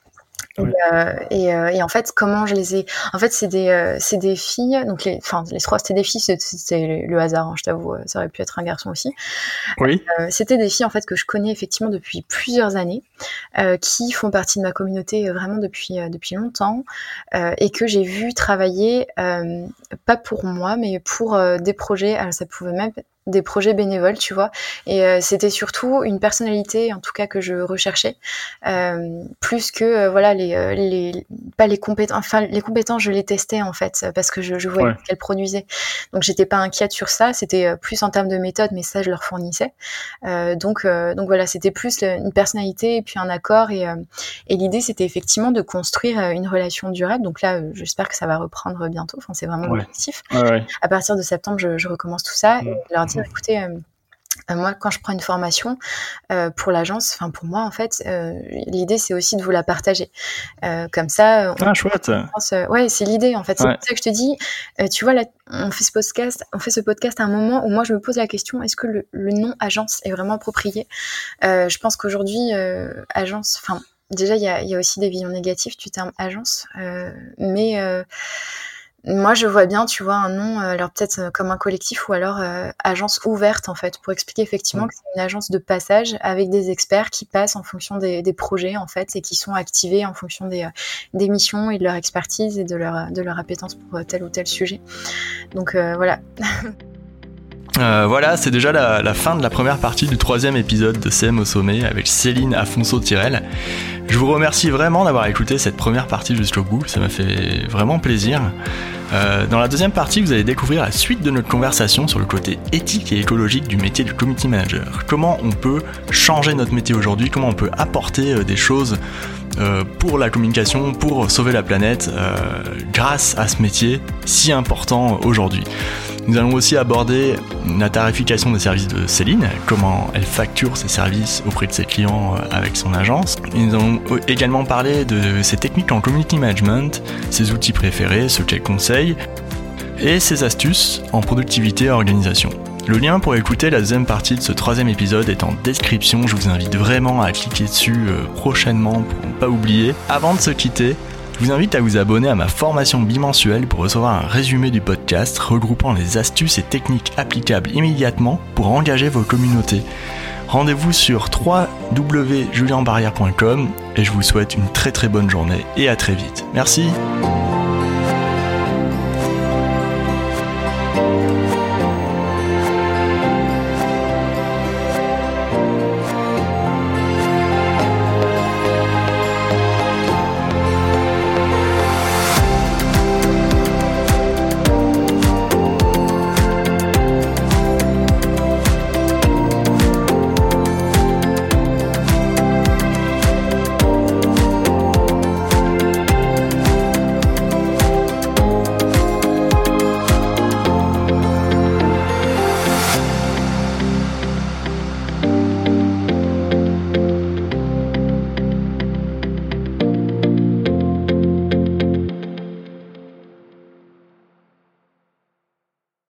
Et, ouais. euh, et, euh, et en fait, comment je les ai... En fait, c'est des, euh, c'est des filles, donc les, enfin, les trois, c'était des filles, c'était, c'était le hasard, hein, je t'avoue, ça aurait pu être un garçon aussi. Oui. Euh, c'était des filles, en fait, que je connais effectivement depuis plusieurs années, euh, qui font partie de ma communauté vraiment depuis, euh, depuis longtemps, euh, et que j'ai vu travailler, euh, pas pour moi, mais pour euh, des projets, alors ça pouvait même des projets bénévoles, tu vois, et euh, c'était surtout une personnalité, en tout cas, que je recherchais, euh, plus que euh, voilà les, euh, les pas les compétences, enfin les compétences, je les testais en fait, parce que je, je voyais ouais. ce qu'elles produisaient, donc j'étais pas inquiète sur ça, c'était plus en termes de méthode, mais ça je leur fournissais, euh, donc euh, donc voilà, c'était plus une personnalité et puis un accord, et euh, et l'idée c'était effectivement de construire une relation durable. Donc là, j'espère que ça va reprendre bientôt, enfin c'est vraiment ouais. l'objectif. Ouais, ouais. À partir de septembre, je, je recommence tout ça, mmh. et leur dire, écoutez, euh, euh, moi, quand je prends une formation euh, pour l'agence, enfin pour moi, en fait, euh, l'idée, c'est aussi de vous la partager. Euh, comme ça, on ah, chouette. Pense, euh, ouais, c'est l'idée, en fait. C'est ouais. pour ça que je te dis, euh, tu vois, là, on fait ce podcast, on fait ce podcast à un moment où moi, je me pose la question, est-ce que le, le nom agence est vraiment approprié ? euh, Je pense qu'aujourd'hui, euh, agence, enfin, déjà, il y a, y a aussi des visions négatives du terme agence, euh, mais... Euh, moi, je vois bien, tu vois, un nom, alors peut-être comme un collectif, ou alors euh, agence ouverte, en fait, pour expliquer effectivement ouais. que c'est une agence de passage avec des experts qui passent en fonction des, des projets, en fait, et qui sont activés en fonction des, des missions et de leur expertise et de leur, de leur appétence pour tel ou tel sujet. Donc, euh, voilà. Euh, voilà, c'est déjà la, la fin de la première partie du troisième épisode de C M au sommet avec Céline Afonso-Tirel. Je vous remercie vraiment d'avoir écouté cette première partie jusqu'au bout, ça m'a fait vraiment plaisir. Euh, dans la deuxième partie, vous allez découvrir la suite de notre conversation sur le côté éthique et écologique du métier de community manager. Comment on peut changer notre métier aujourd'hui, comment on peut apporter euh, des choses euh, pour la communication, pour sauver la planète, euh, grâce à ce métier si important aujourd'hui. Nous allons aussi aborder la tarification des services de Céline, comment elle facture ses services auprès de ses clients avec son agence. Et nous allons également parler de ses techniques en community management, ses outils préférés, ceux qu'elle conseille, et ses astuces en productivité et organisation. Le lien pour écouter la deuxième partie de ce troisième épisode est en description, je vous invite vraiment à cliquer dessus prochainement pour ne pas oublier. Avant de se quitter, je vous invite à vous abonner à ma formation bimensuelle pour recevoir un résumé du podcast regroupant les astuces et techniques applicables immédiatement pour engager vos communautés. Rendez-vous sur w w w point julien barrière point com et je vous souhaite une très très bonne journée et à très vite. Merci.